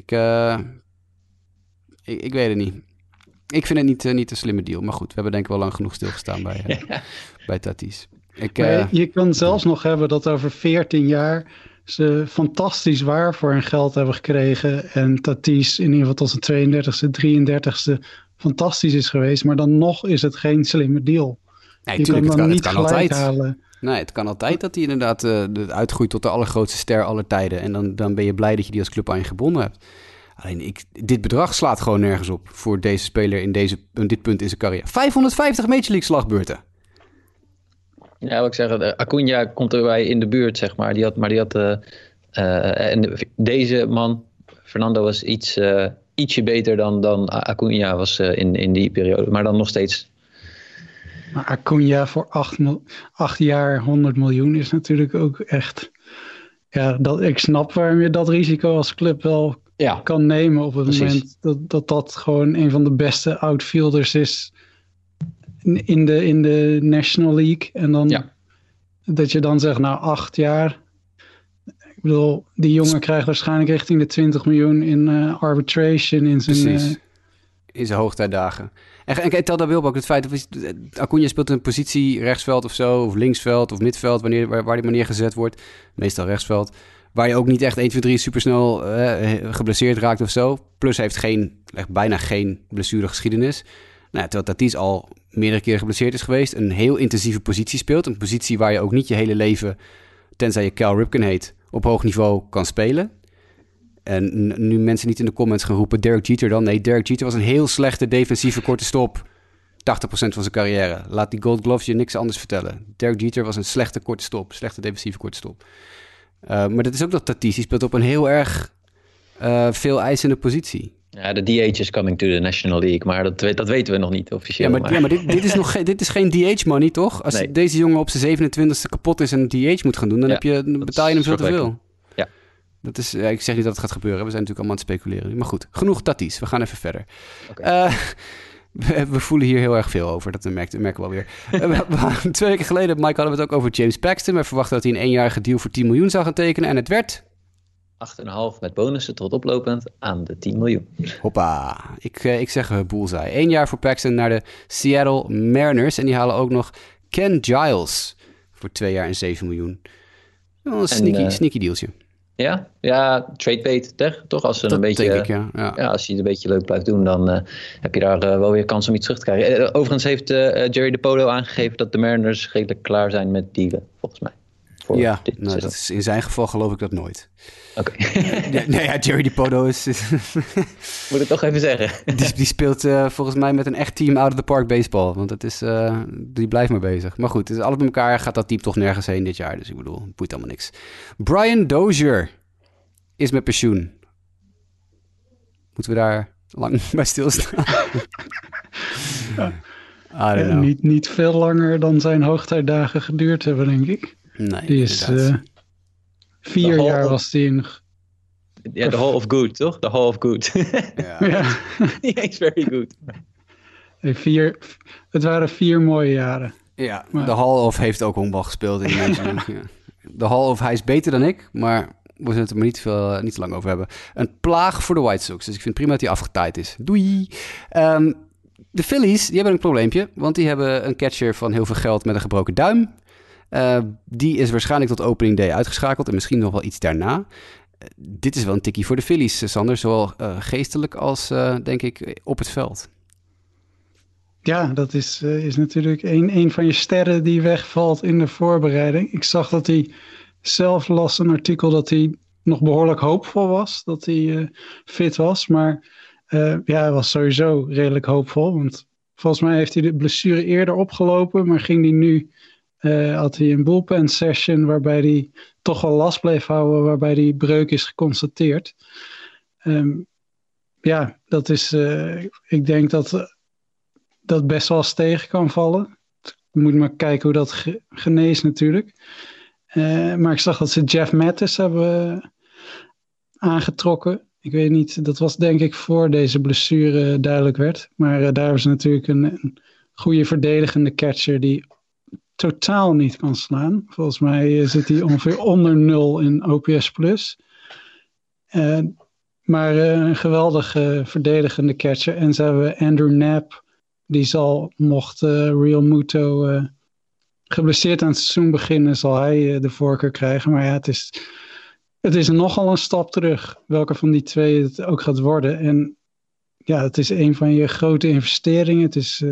Ik weet het niet. Ik vind het niet een slimme deal. Maar goed, we hebben denk ik wel lang genoeg stilgestaan bij Tatis. Je kan zelfs nog hebben dat over 14 jaar ze fantastisch waar voor hun geld hebben gekregen. En Tatis in ieder geval tot zijn 32e, 33e fantastisch is geweest. Maar dan nog is het geen slimme deal. Nee, je tuurlijk, kan dan niet het kan gelijk altijd halen. Nee, het kan altijd dat hij inderdaad uitgroeit tot de allergrootste ster aller tijden. En dan ben je blij dat je die als club aan je gebonden hebt. Alleen dit bedrag slaat gewoon nergens op voor deze speler in dit punt in zijn carrière. 550 Major League slagbeurten. Ja, wat ik zeg, Acuna komt erbij in de buurt, zeg maar. En deze man, Fernando, was ietsje beter dan Acuna was in die periode. Maar dan nog steeds. Maar Acuna voor 8 jaar 100 miljoen is natuurlijk ook echt. Ja, ik snap waarom je dat risico als club wel kan nemen op het moment dat gewoon een van de beste outfielders is in de National League. En dan dat je dan zegt, nou 8 jaar. Ik bedoel, die jongen krijgt waarschijnlijk richting de 20 miljoen in arbitration in zijn... in zijn hoogtijdagen. En tel daarbij op ook het feit dat Acuna speelt in een positie rechtsveld of zo, of linksveld of midveld, waar die manier gezet wordt. Meestal rechtsveld. Waar je ook niet echt 1, 2, 3 supersnel geblesseerd raakt of zo. Plus heeft bijna geen blessuregeschiedenis. Nou, terwijl Tatis al meerdere keren geblesseerd is geweest. Een heel intensieve positie speelt. Een positie waar je ook niet je hele leven, tenzij je Cal Ripken heet, op hoog niveau kan spelen. En nu mensen niet in de comments gaan roepen, Derek Jeter dan. Nee, Derek Jeter was een heel slechte defensieve korte stop. 80% van zijn carrière. Laat die Gold Gloves je niks anders vertellen. Derek Jeter was een slechte korte stop. Slechte defensieve korte stop. Maar dat is ook nog Tatis. Die speelt op een heel erg veel eisende positie. Ja, de DH is coming to the National League. Maar dat weten we nog niet officieel. Maar dit is geen DH money, toch? Als deze jongen op zijn 27e kapot is en een DH moet gaan doen, dan betaal je hem veel te veel. Ja. Dat is, ik zeg niet dat het gaat gebeuren. We zijn natuurlijk allemaal aan het speculeren. Maar goed, genoeg Tatis. We gaan even verder. Okay. We voelen hier heel erg veel over. Dat merken we wel weer. 2 weken geleden, Mike, hadden we het ook over James Paxton. We verwachten dat hij een 1-jarige deal voor 10 miljoen zou gaan tekenen. En het werd 8,5 met bonussen tot oplopend aan de 10 miljoen. Hoppa. Ik zeg bullseye. 1 jaar voor Paxton naar de Seattle Mariners. En die halen ook nog Ken Giles voor 2 jaar en 7 miljoen. Een sneaky dealtje. Ja, trade bait, toch? Als ze dat een beetje, denk ik, als je het een beetje leuk blijft doen, dan heb je daar wel weer kans om iets terug te krijgen. Overigens heeft Jerry DePolo aangegeven dat de Mariners redelijk klaar zijn met dealen, volgens mij. Dat is, in zijn geval geloof ik dat nooit. Oké. Jerry DePolo is... Moet ik toch even zeggen. Die speelt volgens mij met een echt team out of the park baseball. Want het is, die blijft maar bezig. Maar goed, dus alles met elkaar gaat dat team toch nergens heen dit jaar. Dus ik bedoel, het boeit allemaal niks. Brian Dozier is met pensioen. Moeten we daar lang bij stilstaan? Niet veel langer dan zijn hoogtijdagen geduurd hebben, denk ik. Nee, die is 4 jaar was die in. Ja, de Hall of Good, toch? De Hall of Good. Ja. Niet very good. Het waren 4 mooie jaren. Ja, maar... de Hall of heeft ook honkbal gespeeld in die mensen. De Hall of, hij is beter dan ik, maar we zullen het er maar niet te lang over hebben. Een plaag voor de White Sox, dus ik vind prima dat hij afgetaaid is. Doei! De Phillies, die hebben een probleempje, want die hebben een catcher van heel veel geld met een gebroken duim. Die is waarschijnlijk tot opening day uitgeschakeld en misschien nog wel iets daarna. Dit is wel een tikkie voor de Phillies, Sander. Zowel geestelijk als, denk ik, op het veld. Ja, dat is natuurlijk een van je sterren die wegvalt in de voorbereiding. Ik zag dat hij zelf las een artikel dat hij nog behoorlijk hoopvol was. Dat hij fit was. Maar hij was sowieso redelijk hoopvol. Want volgens mij heeft hij de blessure eerder opgelopen. Maar ging hij nu, had hij een bullpen session waarbij hij toch wel last bleef houden. Waarbij die breuk is geconstateerd. Dat is, ik denk dat best wel eens tegen kan vallen. Je moet maar kijken hoe dat geneest natuurlijk. Maar ik zag dat ze Jeff Mathis hebben aangetrokken. Ik weet niet, dat was denk ik voor deze blessure duidelijk werd. Maar daar hebben ze natuurlijk een goede verdedigende catcher die totaal niet kan slaan. Volgens mij zit hij ongeveer onder 0 in OPS+. Maar een geweldige verdedigende catcher. En ze hebben Andrew Knapp. Die mocht Real Muto geblesseerd aan het seizoen beginnen, zal hij de voorkeur krijgen. Maar ja, het is nogal een stap terug. Welke van die twee het ook gaat worden. En ja, het is een van je grote investeringen. Het is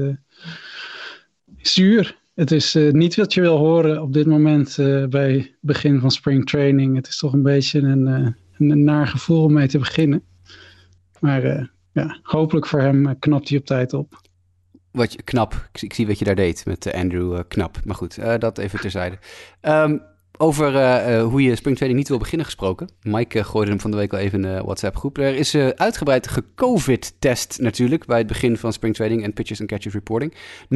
zuur. Het is niet wat je wil horen op dit moment bij het begin van spring training. Het is toch een beetje een naar gevoel om mee te beginnen. Maar hopelijk voor hem knapt hij op tijd op. Knap. Ik zie wat je daar deed met Andrew Knap. Maar goed, dat even terzijde. Over hoe je springtraining niet wil beginnen gesproken. Mike gooide hem van de week al even in de WhatsApp-groep. Er is uitgebreid gecovid-test natuurlijk bij het begin van springtraining en pitchers and catchers reporting.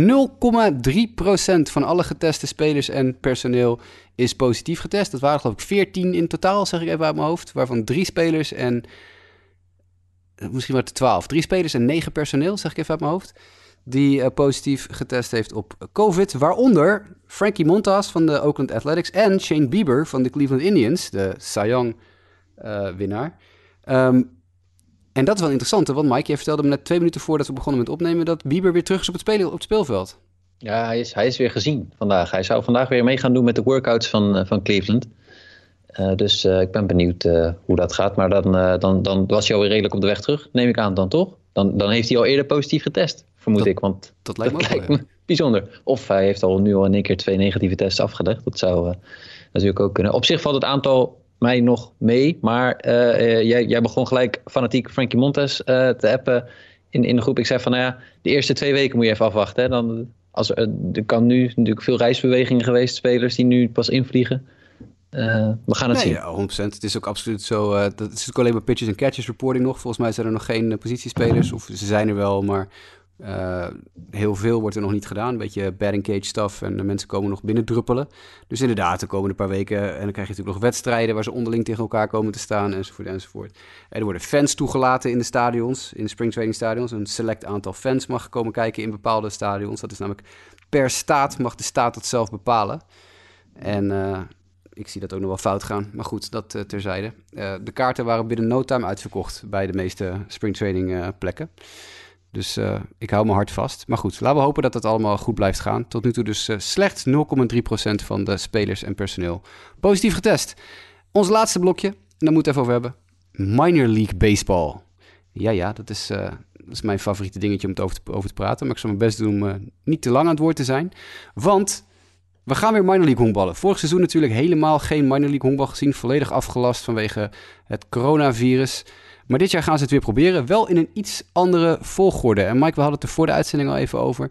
0,3% van alle geteste spelers en personeel is positief getest. Dat waren geloof ik 14 in totaal, zeg ik even uit mijn hoofd. Waarvan 3 spelers en... misschien wat 12. 3 spelers en 9 personeel, zeg ik even uit mijn hoofd. Die positief getest heeft op COVID. Waaronder Frankie Montas van de Oakland Athletics en Shane Bieber van de Cleveland Indians, de Cy Young winnaar. En dat is wel interessant, want Mike, jij vertelde me net 2 minuten voordat we begonnen met opnemen dat Bieber weer terug is op het speelveld. Ja, hij is weer gezien vandaag. Hij zou vandaag weer mee gaan doen met de workouts van Cleveland. Dus ik ben benieuwd hoe dat gaat. Maar dan was hij alweer redelijk op de weg terug, neem ik aan dan toch? Dan heeft hij al eerder positief getest, vermoed ik. Want dat lijkt me bijzonder. Of hij heeft nu al in één keer 2 negatieve tests afgelegd. Dat zou natuurlijk ook kunnen. Op zich valt het aantal mij nog mee. Maar jij begon gelijk fanatiek Frankie Montas te appen in de groep. Ik zei van, de eerste 2 weken moet je even afwachten. Hè? Er kan nu natuurlijk veel reisbewegingen geweest. Spelers die nu pas invliegen. We gaan het zien. Ja, 100%. Het is ook absoluut zo. Dat is natuurlijk alleen maar pitchers en catchers reporting nog. Volgens mij zijn er nog geen positiespelers. Of ze zijn er wel, maar heel veel wordt er nog niet gedaan. Een beetje batting cage stuff en de mensen komen nog binnendruppelen. Dus inderdaad, de komende paar weken. En dan krijg je natuurlijk nog wedstrijden waar ze onderling tegen elkaar komen te staan enzovoort enzovoort. En er worden fans toegelaten in de stadions, in de springtraining stadions. Een select aantal fans mag komen kijken in bepaalde stadions. Dat is namelijk per staat, mag de staat dat zelf bepalen. En ik zie dat ook nog wel fout gaan. Maar goed, dat terzijde. De kaarten waren binnen no time uitverkocht bij de meeste springtraining plekken. Dus ik hou mijn hart vast. Maar goed, laten we hopen dat het allemaal goed blijft gaan. Tot nu toe dus slechts 0,3% van de spelers en personeel positief getest. Ons laatste blokje, en daar moeten we even over hebben. Minor League Baseball. Ja, dat is mijn favoriete dingetje om het over te praten. Maar ik zal mijn best doen om niet te lang aan het woord te zijn. Want we gaan weer minor league honkballen. Vorig seizoen natuurlijk helemaal geen minor league honkbal gezien. Volledig afgelast vanwege het coronavirus. Maar dit jaar gaan ze het weer proberen. Wel in een iets andere volgorde. En Mike, we hadden het er voor de uitzending al even over.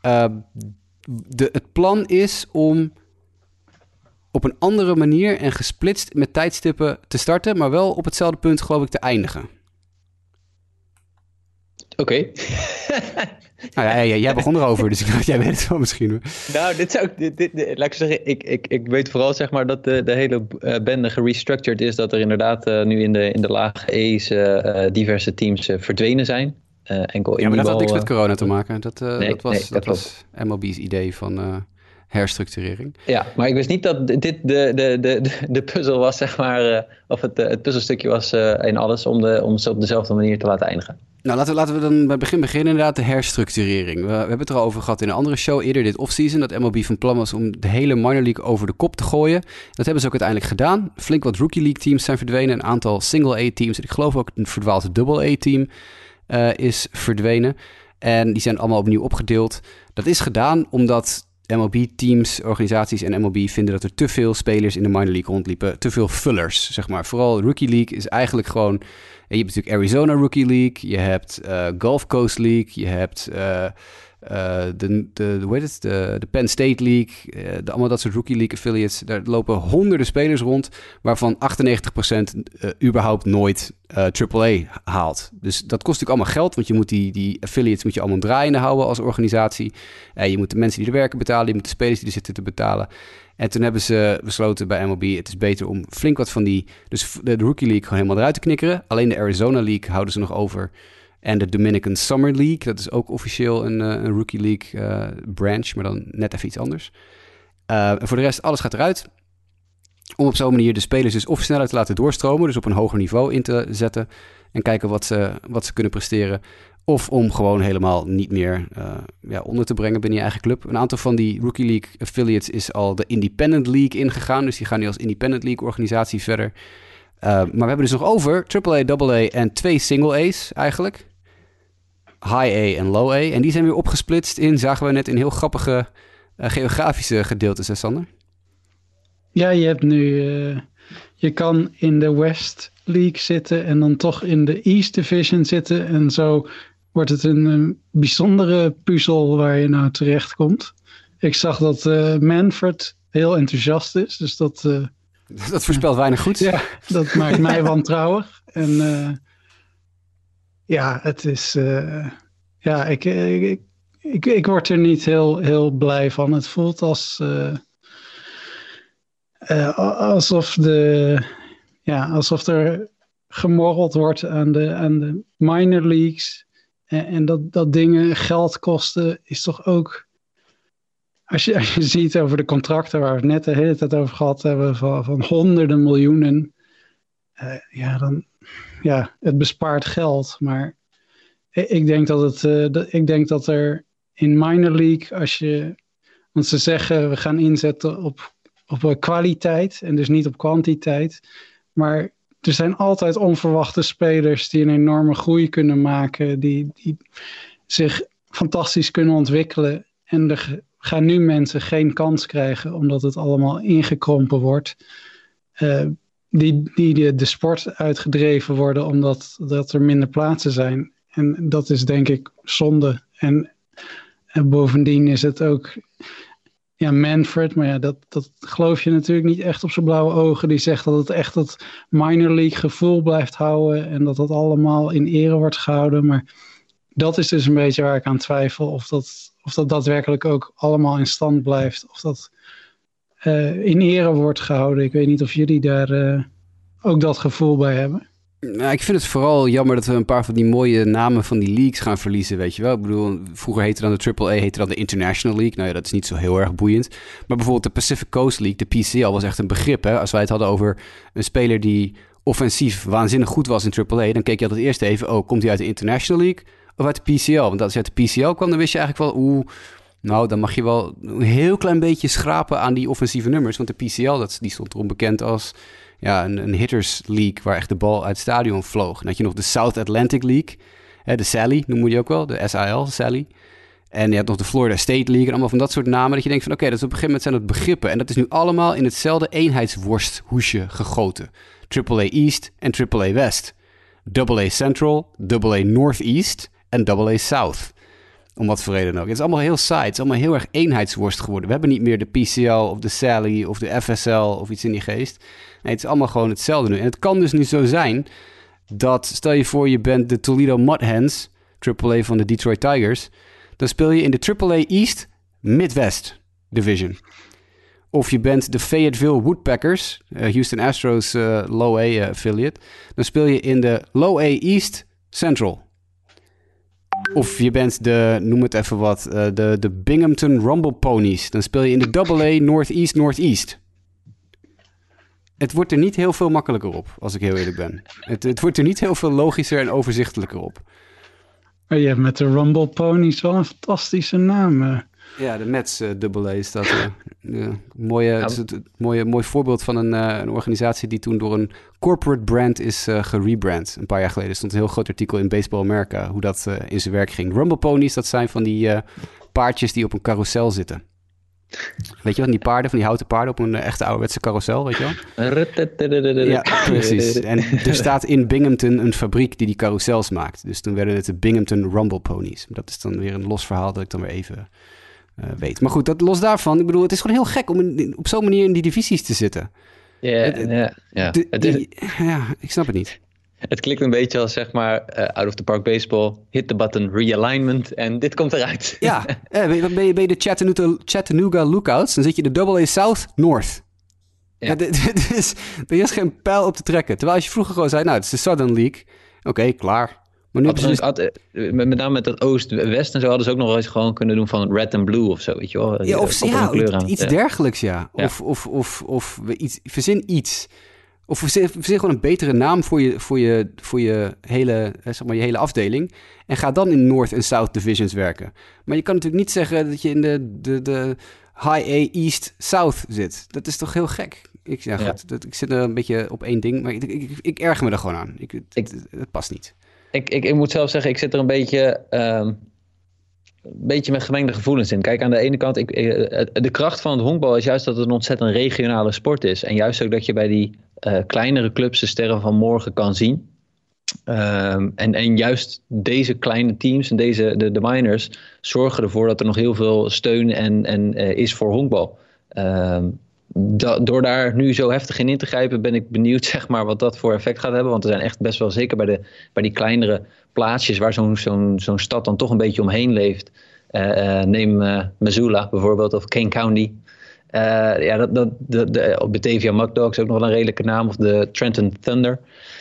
Het plan is om op een andere manier en gesplitst met tijdstippen te starten. Maar wel op hetzelfde punt, geloof ik, te eindigen. Oké. Nou ja, jij begon erover, dus ik dacht, jij weet het wel misschien. Nou, laat ik zeggen, ik weet vooral zeg maar dat de hele bende gerestructured is. Dat er inderdaad nu in de lage E's diverse teams verdwenen zijn. Maar dat had niks met corona te maken. Dat was MLB's idee van herstructurering. Ja, maar ik wist niet dat dit de puzzel was, zeg maar. Of het puzzelstukje was in alles om ze op dezelfde manier te laten eindigen. Nou, laten we dan bij het begin beginnen, inderdaad, de herstructurering. We hebben het er al over gehad in een andere show eerder dit offseason, dat MLB van plan was om de hele minor league over de kop te gooien. Dat hebben ze ook uiteindelijk gedaan. Flink wat rookie league teams zijn verdwenen, een aantal single A teams. En ik geloof ook een verdwaald double A team is verdwenen. En die zijn allemaal opnieuw opgedeeld. Dat is gedaan omdat MLB-teams, organisaties en MLB vinden dat er te veel spelers in de minor league rondliepen. Te veel vullers, zeg maar. Vooral Rookie League is eigenlijk gewoon... Je hebt natuurlijk Arizona Rookie League, je hebt Gulf Coast League, je hebt de Penn State League, allemaal dat soort Rookie League affiliates. Daar lopen honderden spelers rond, waarvan 98% überhaupt nooit AAA haalt. Dus dat kost natuurlijk allemaal geld, want je moet die affiliates moet je allemaal draaiende houden als organisatie. Je moet de mensen die er werken betalen, je moet de spelers die er zitten te betalen. En toen hebben ze besloten bij MLB, het is beter om flink wat van dus de Rookie League gewoon helemaal eruit te knikkeren. Alleen de Arizona League houden ze nog over. En de Dominican Summer League, dat is ook officieel een Rookie League branch, maar dan net even iets anders. En voor de rest, alles gaat eruit. Om op zo'n manier de spelers dus of sneller te laten doorstromen, dus op een hoger niveau in te zetten. En kijken wat ze kunnen presteren. Of om gewoon helemaal niet meer onder te brengen binnen je eigen club. Een aantal van die Rookie League affiliates is al de Independent League ingegaan. Dus die gaan nu als Independent League organisatie verder. Maar we hebben dus nog over AAA, AA en 2 Single A's eigenlijk. High A en Low A. En die zijn weer opgesplitst zagen we net, in heel grappige geografische gedeeltes, hè Sander? Ja, je hebt nu... je kan in de West League zitten en dan toch in de East Division zitten. En zo wordt het een bijzondere puzzel waar je nou terecht komt. Ik zag dat Manfred heel enthousiast is, dus dat... dat voorspelt weinig goeds. Ja, dat maakt mij wantrouwig. En het is... ik word er niet heel blij van. Het voelt alsof er gemorreld wordt aan de minor leagues. En dat dingen geld kosten is toch ook... Als je ziet over de contracten waar we het net de hele tijd over gehad hebben, van honderden miljoenen, het bespaart geld. Maar ik denk dat er in minor league, want ze zeggen we gaan inzetten op kwaliteit en dus niet op kwantiteit. Maar er zijn altijd onverwachte spelers die een enorme groei kunnen maken, die zich fantastisch kunnen ontwikkelen. En er gaan nu mensen geen kans krijgen omdat het allemaal ingekrompen wordt. Die de sport uitgedreven worden omdat er minder plaatsen zijn. En dat is denk ik zonde. En bovendien is het ook... Ja, Manfred, maar dat geloof je natuurlijk niet echt op zijn blauwe ogen. Die zegt dat het echt dat minor league gevoel blijft houden en dat allemaal in ere wordt gehouden. Maar dat is dus een beetje waar ik aan twijfel. Of dat daadwerkelijk ook allemaal in stand blijft. Of dat in ere wordt gehouden. Ik weet niet of jullie daar ook dat gevoel bij hebben. Nou, ik vind het vooral jammer dat we een paar van die mooie namen van die leagues gaan verliezen, weet je wel. Ik bedoel, vroeger heette dan de AAA, heette dan de International League. Nou ja, dat is niet zo heel erg boeiend. Maar bijvoorbeeld de Pacific Coast League, de PCL, was echt een begrip, hè. Als wij het hadden over een speler die offensief waanzinnig goed was in AAA, dan keek je altijd eerst even, komt hij uit de International League of uit de PCL? Want als hij uit de PCL kwam, dan wist je eigenlijk wel, nou, dan mag je wel een heel klein beetje schrapen aan die offensieve nummers. Want de PCL, die stond erom bekend als een hitters league waar echt de bal uit het stadion vloog. Dan had je nog de South Atlantic League, de Sally noemen we die ook wel, de SAL, Sally. En je had nog de Florida State League en allemaal van dat soort namen. Dat je denkt van oké, dat op een gegeven moment zijn dat begrippen. En dat is nu allemaal in hetzelfde eenheidsworsthoesje gegoten. AAA East en AAA West. AA Central, AA Northeast en AA South. Om wat voor reden dan ook. Het is allemaal heel saai. Het is allemaal heel erg eenheidsworst geworden. We hebben niet meer de PCL of de Sally of de FSL of iets in die geest. Nee, het is allemaal gewoon hetzelfde nu. En het kan dus nu zo zijn dat, stel je voor je bent de Toledo Mud Hens, AAA van de Detroit Tigers, dan speel je in de AAA East Midwest Division. Of je bent de Fayetteville Woodpeckers, Houston Astros Low A affiliate, dan speel je in de Low A East Central. Of je bent noem het even wat, de Binghamton Rumble Ponies. Dan speel je in de AA Northeast. Het wordt er niet heel veel makkelijker op, als ik heel eerlijk ben. Het wordt er niet heel veel logischer en overzichtelijker op. Maar je hebt met de Rumble Ponies wel een fantastische naam. Ja, de Mets AA is dat. Het is het mooi voorbeeld van een organisatie die toen door een corporate brand is gerebrand. Een paar jaar geleden stond een heel groot artikel in Baseball America hoe dat in zijn werk ging. Rumble ponies, dat zijn van die paardjes die op een carousel zitten. Weet je wel, die paarden, van die houten paarden op een echte ouderwetse carousel, weet je wel? Ja, precies. En er staat in Binghamton een fabriek die carousels maakt. Dus toen werden het de Binghamton Rumble ponies. Dat is dan weer een los verhaal dat ik dan weer even weet. Maar goed, dat los daarvan. Ik bedoel, het is gewoon heel gek om op zo'n manier in die divisies te zitten. Ja. Ik snap het niet. Het klinkt een beetje als, zeg maar, out of the park baseball, hit the button, realignment en dit komt eruit. Ja, ben je de Chattanooga Lookouts, dan zit je de AA South North. Ja. Er is geen pijl op te trekken. Terwijl als je vroeger gewoon zei, nou, het is de Southern League. Oké, klaar. Maar nu met name met dat Oost-West en zo hadden ze ook nog eens gewoon kunnen doen van red and blue of zo, weet je wel. Ja, iets dergelijks, ja. Of verzin iets. Of verzin gewoon een betere naam voor je hele, zeg maar, je hele afdeling. En ga dan in North en South Divisions werken. Maar je kan natuurlijk niet zeggen dat je in de High A East South zit. Dat is toch heel gek? Ik zit er een beetje op één ding, maar ik erger me er gewoon aan. Het past niet. Ik moet zelf zeggen, ik zit er een beetje met gemengde gevoelens in. Kijk, aan de ene kant, de kracht van het honkbal is juist dat het een ontzettend regionale sport is. En juist ook dat je bij die kleinere clubs de sterren van morgen kan zien. En juist deze kleine teams en de minors zorgen ervoor dat er nog heel veel steun en is voor honkbal. Door daar nu zo heftig in te grijpen ben ik benieuwd, zeg maar, wat dat voor effect gaat hebben. Want er zijn echt best wel, zeker bij die kleinere plaatsjes waar zo'n stad dan toch een beetje omheen leeft. Neem Missoula bijvoorbeeld of Kane County. Op Batavia Muddogs ook nog wel een redelijke naam. Of de Trenton Thunder.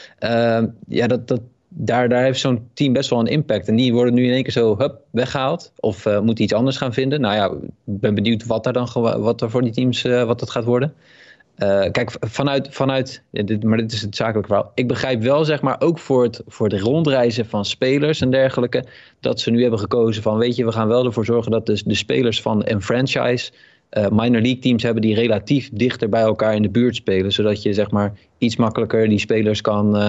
Daar heeft zo'n team best wel een impact. En die worden nu in één keer zo weggehaald. Of moeten iets anders gaan vinden. Nou ja, ik ben benieuwd wat er voor die teams wat dat gaat worden. Kijk, vanuit maar dit is het zakelijke verhaal. Ik begrijp wel, zeg maar, ook voor het rondreizen van spelers en dergelijke, dat ze nu hebben gekozen van, weet je, we gaan wel ervoor zorgen dat de spelers van een franchise minor league teams hebben die relatief dichter bij elkaar in de buurt spelen. Zodat je, zeg maar, iets makkelijker die spelers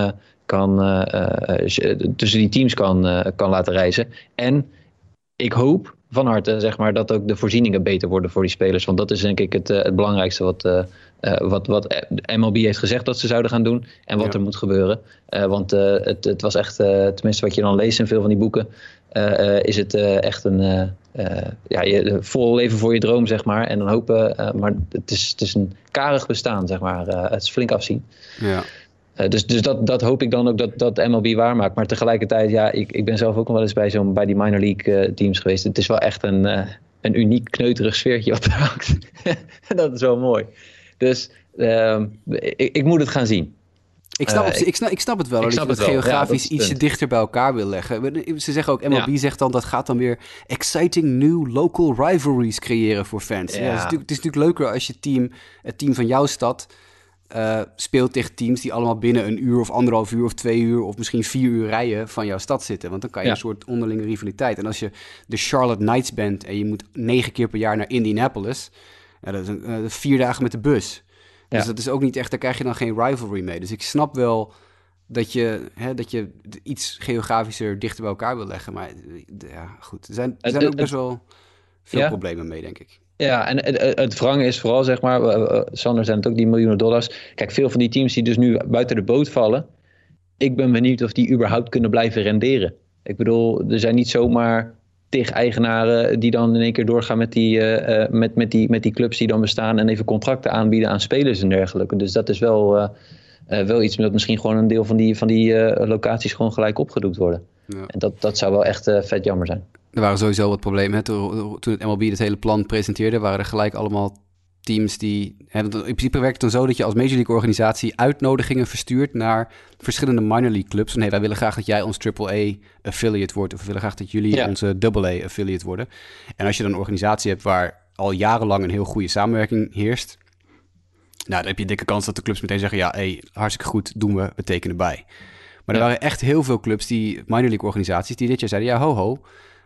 tussen die teams kan laten reizen. En ik hoop van harte, zeg maar, dat ook de voorzieningen beter worden voor die spelers. Want dat is denk ik het belangrijkste wat MLB heeft gezegd dat ze zouden gaan doen. En wat er moet gebeuren. Want het was echt, tenminste wat je dan leest in veel van die boeken, is het echt een vol leven voor je droom, zeg maar. En dan hopen, maar het is een karig bestaan, zeg maar. Het is flink afzien. Ja. Dus dat hoop ik dan ook dat MLB waarmaakt. Maar tegelijkertijd, ja, ik ben zelf ook nog wel eens bij die minor league teams geweest. Het is wel echt een uniek kneuterig sfeertje wat er hangt. Dat is wel mooi. Dus ik moet het gaan zien. Ik snap het wel. Dat je het geografisch ietsje dichter bij elkaar wil leggen. Ze zeggen ook, MLB zegt dan, dat gaat dan weer exciting new local rivalries creëren voor fans. Ja. Het is natuurlijk leuker als je het team van jouw stad speelt tegen teams die allemaal binnen een uur of 1,5 uur of 2 uur of misschien 4 uur rijden van jouw stad zitten. Want dan kan je een soort onderlinge rivaliteit. En als je de Charlotte Knights bent en je moet 9 keer per jaar naar Indianapolis, dat is 4 dagen met de bus. Dus dat is ook niet echt, daar krijg je dan geen rivalry mee. Dus ik snap wel dat je iets geografischer dichter bij elkaar wil leggen. Maar ja, goed. Er zijn ook best wel veel problemen mee, denk ik. Ja, en het wrange is vooral, zeg maar, Sander zijn het ook die miljoenen dollars. Kijk, veel van die teams die dus nu buiten de boot vallen, ik ben benieuwd of die überhaupt kunnen blijven renderen. Ik bedoel, er zijn niet zomaar eigenaren die dan in één keer doorgaan met die clubs die dan bestaan en even contracten aanbieden aan spelers en dergelijke. Dus dat is wel iets dat misschien gewoon een deel van die locaties gewoon gelijk opgedoekt worden. Ja. En dat zou wel echt vet jammer zijn. Er waren sowieso wat problemen. Toen het MLB dit hele plan presenteerde, waren er gelijk allemaal teams die... in principe werkt het dan zo dat je als Major League organisatie uitnodigingen verstuurt naar verschillende minor league clubs. Van, hey, wij willen graag dat jij ons AAA affiliate wordt. Of we willen graag dat jullie onze AA affiliate worden. En als je dan een organisatie hebt waar al jarenlang een heel goede samenwerking heerst, nou, dan heb je dikke kans dat de clubs meteen zeggen, ja, hartstikke goed, doen we tekenen bij. Maar er waren echt heel veel clubs, die minor league organisaties, die dit jaar zeiden, ja, ho,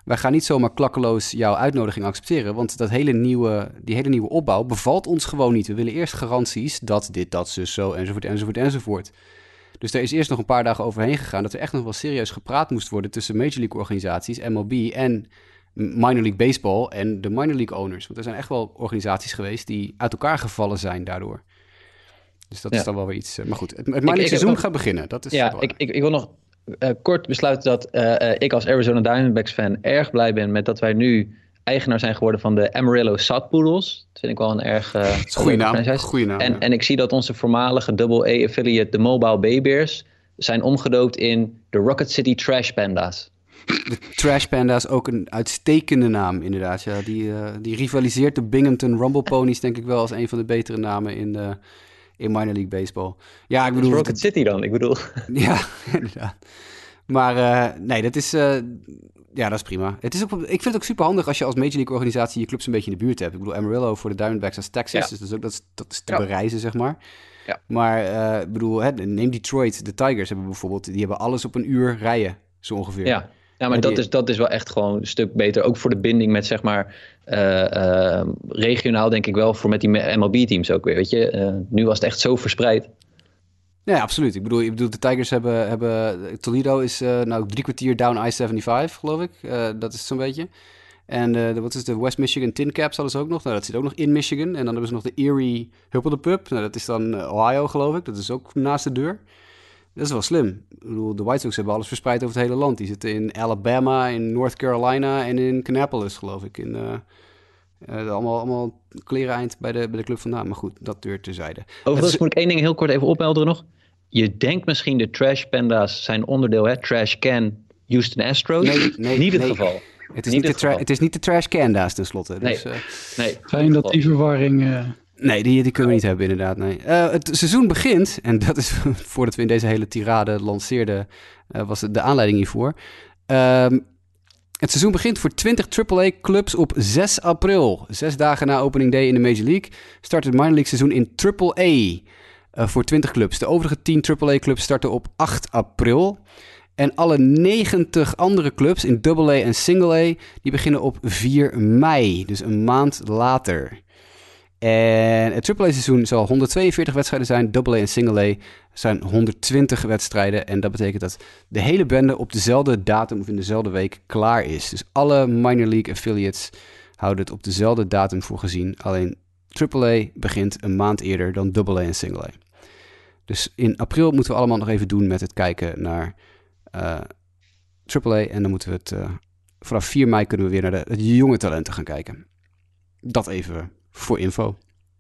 wij gaan niet zomaar klakkeloos jouw uitnodiging accepteren, want die hele nieuwe opbouw bevalt ons gewoon niet. We willen eerst garanties dat dit, dat, zus, zo, enzovoort. Dus er is eerst nog een paar dagen overheen gegaan dat er echt nog wel serieus gepraat moest worden tussen Major League organisaties, MLB en Minor League Baseball en de Minor League owners. Want er zijn echt wel organisaties geweest die uit elkaar gevallen zijn daardoor. Dus dat is dan wel weer iets. Maar goed, het Minor League seizoen gaat beginnen. Dat is ik wil nog kort besluiten dat ik als Arizona Diamondbacks fan erg blij ben met dat wij nu eigenaar zijn geworden van de Amarillo Southpoodles. Dat vind ik wel een erg goede naam. En ik zie dat onze voormalige AA affiliate, de Mobile Bay Bears, zijn omgedoopt in de Rocket City Trash Panda's. De Trash Panda's, ook een uitstekende naam inderdaad. Ja, die rivaliseert de Binghamton Rumble Ponies denk ik wel als een van de betere namen in Minor League Baseball. Ja, ik bedoel... Rocket City dan, ik bedoel. Ja, inderdaad. Maar nee, dat is... ja, dat is prima. Ik vind het ook super handig als je als Major League organisatie je clubs een beetje in de buurt hebt. Ik bedoel, Amarillo voor de Diamondbacks als Texas, dus dat is te bereizen, zeg maar. Ja. Maar ik bedoel, neem Detroit, de Tigers hebben bijvoorbeeld, die hebben alles op een uur rijden, zo ongeveer. Ja, maar dat is wel echt gewoon een stuk beter. Ook voor de binding met, zeg maar, regionaal denk ik wel, voor met die MLB-teams ook weer, weet je. Nu was het echt zo verspreid. Ja, absoluut. Ik bedoel de Tigers hebben Toledo is 3 kwartier down I-75, geloof ik. Dat is zo'n beetje. En wat is de West Michigan Tin Caps hadden ze ook nog. Nou, dat zit ook nog in Michigan. En dan hebben ze nog de Erie Huppelde-Pup. Nou, dat is dan Ohio, geloof ik. Dat is ook naast de deur. Dat is wel slim. Ik bedoel, de White Sox hebben alles verspreid over het hele land. Die zitten in Alabama, in North Carolina en in Kannapolis, geloof ik. Allemaal kleren eind bij de club vandaan. Maar goed, dat deur terzijde. Overigens moet ik één ding heel kort even ophelderen nog. Je denkt misschien de Trash Panda's zijn onderdeel, hè? Trash Can Houston Astros. Nee, niet het geval. Het is niet de Trash Canda's tenslotte. Dus, nee. Fijn dat die verwarring... Nee, die kunnen we niet hebben inderdaad. Nee. Het seizoen begint, en dat is voordat we in deze hele tirade lanceerden, was de aanleiding hiervoor. Het seizoen begint voor 20 AAA-clubs op 6 april. 6 dagen na opening day in de Major League start het Minor League seizoen in AAA voor 20 clubs. De overige 10 AAA-clubs starten op 8 april. En alle 90 andere clubs in AA en Single A, die beginnen op 4 mei, dus een maand later. En het AAA-seizoen zal 142 wedstrijden zijn. AA en Single A zijn 120 wedstrijden. En dat betekent dat de hele bende op dezelfde datum of in dezelfde week klaar is. Dus alle minor league affiliates houden het op dezelfde datum voor gezien. Alleen AAA begint een maand eerder dan AA en Single A. Dus in april moeten we allemaal nog even doen met het kijken naar AAA. En dan moeten we het... vanaf 4 mei kunnen we weer naar de jonge talenten gaan kijken. Dat even... voor info.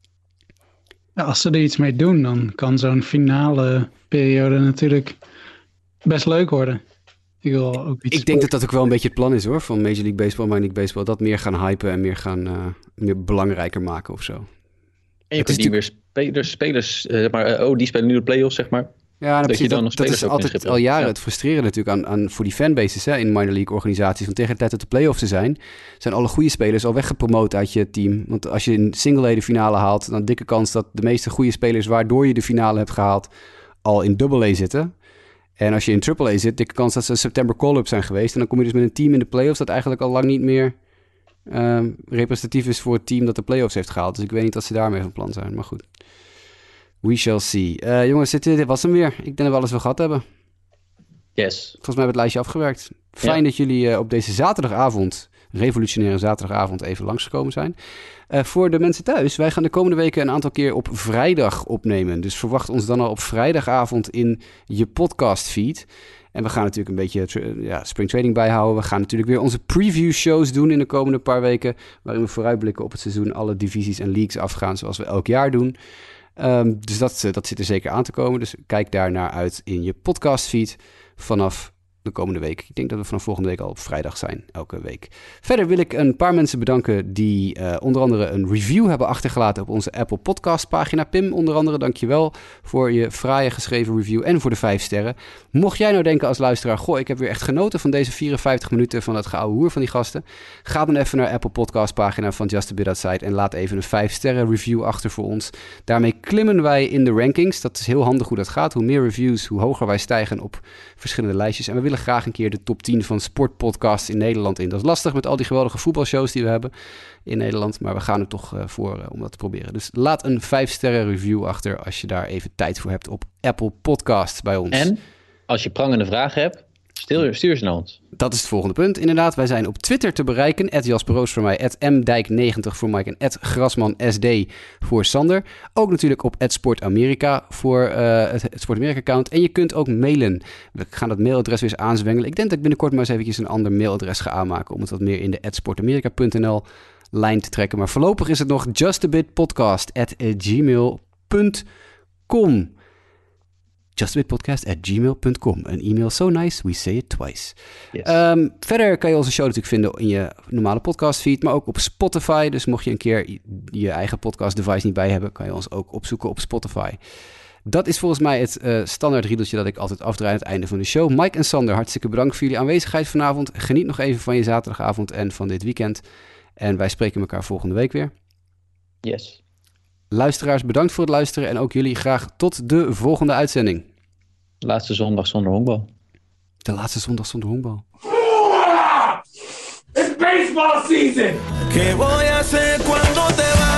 Ja, als ze er iets mee doen, dan kan zo'n finale periode natuurlijk best leuk worden. Ik denk dat ook wel een beetje het plan is hoor, van Major League Baseball, Minor League Baseball, dat meer gaan hypen en meer belangrijker maken of zo. En je kunt niet meer spelers die spelen nu de play-offs, zeg maar. Ja, dat is altijd al jaren het frustreren natuurlijk aan voor die fanbases in minor league organisaties. Want tegen de tijd dat de play-offs zijn alle goede spelers al weggepromoot uit je team. Want als je een single A de finale haalt, dan dikke kans dat de meeste goede spelers waardoor je de finale hebt gehaald al in AA zitten. En als je in AAA zit, dikke kans dat ze een September call-up zijn geweest. En dan kom je dus met een team in de play-offs dat eigenlijk al lang niet meer representatief is voor het team dat de play-offs heeft gehaald. Dus ik weet niet dat ze daarmee van plan zijn, maar goed. We shall see. Jongens, dit was hem weer. Ik denk dat we alles wel gehad hebben. Yes. Volgens mij hebben we het lijstje afgewerkt. Fijn dat jullie op deze zaterdagavond, revolutionaire zaterdagavond, even langsgekomen zijn. Voor de mensen thuis, wij gaan de komende weken een aantal keer op vrijdag opnemen. Dus verwacht ons dan al op vrijdagavond in je podcastfeed. En we gaan natuurlijk een beetje spring training bijhouden. We gaan natuurlijk weer onze preview shows doen in de komende paar weken, waarin we vooruitblikken op het seizoen, alle divisies en leagues afgaan, zoals we elk jaar doen. Dus dat zit er zeker aan te komen. Dus kijk daar naar uit in je podcastfeed vanaf de komende week. Ik denk dat we vanaf volgende week al op vrijdag zijn, elke week. Verder wil ik een paar mensen bedanken die onder andere een review hebben achtergelaten op onze Apple Podcast pagina. Pim, onder andere, dankjewel voor je fraaie geschreven review en voor de 5 sterren. Mocht jij nou denken als luisteraar, goh, ik heb weer echt genoten van deze 54 minuten van het geouwe hoer van die gasten. Ga dan even naar Apple Podcast pagina van Just a Bit Outside en laat even een 5 sterren review achter voor ons. Daarmee klimmen wij in de rankings. Dat is heel handig hoe dat gaat. Hoe meer reviews, hoe hoger wij stijgen op verschillende lijstjes. En we willen willen graag een keer de top 10 van sportpodcasts in Nederland in. Dat is lastig met al die geweldige voetbalshows die we hebben in Nederland. Maar we gaan er toch voor om dat te proberen. Dus laat een 5-sterren review achter als je daar even tijd voor hebt op Apple Podcasts bij ons. En als je prangende vragen hebt, stuur ze naar ons. Dat is het volgende punt. Inderdaad, wij zijn op Twitter te bereiken. @JasperRoos voor mij, @mdijk90 voor Mike en @grasmansd voor Sander. Ook natuurlijk op @sportamerika voor het Sportamerika-account. En je kunt ook mailen. We gaan dat mailadres weer eens aanzwengelen. Ik denk dat ik binnenkort maar eens eventjes een ander mailadres ga aanmaken om het wat meer in de @sportamerika.nl lijn te trekken. Maar voorlopig is het nog justabitpodcast@gmail.com. justabitpodcast@gmail.com. Een e-mail so nice, we say it twice. Yes. Verder kan je onze show natuurlijk vinden in je normale podcastfeed, maar ook op Spotify. Dus mocht je een keer je eigen podcast device niet bij hebben, kan je ons ook opzoeken op Spotify. Dat is volgens mij het standaard riedeltje dat ik altijd afdraai aan het einde van de show. Mike en Sander, hartstikke bedankt voor jullie aanwezigheid vanavond. Geniet nog even van je zaterdagavond en van dit weekend. En wij spreken elkaar volgende week weer. Yes. Luisteraars, bedankt voor het luisteren en ook jullie graag tot de volgende uitzending. Laatste zondag zonder honkbal. De laatste zondag zonder honkbal. It's baseball season. ¿Qué voy a hacer cuando te vayas?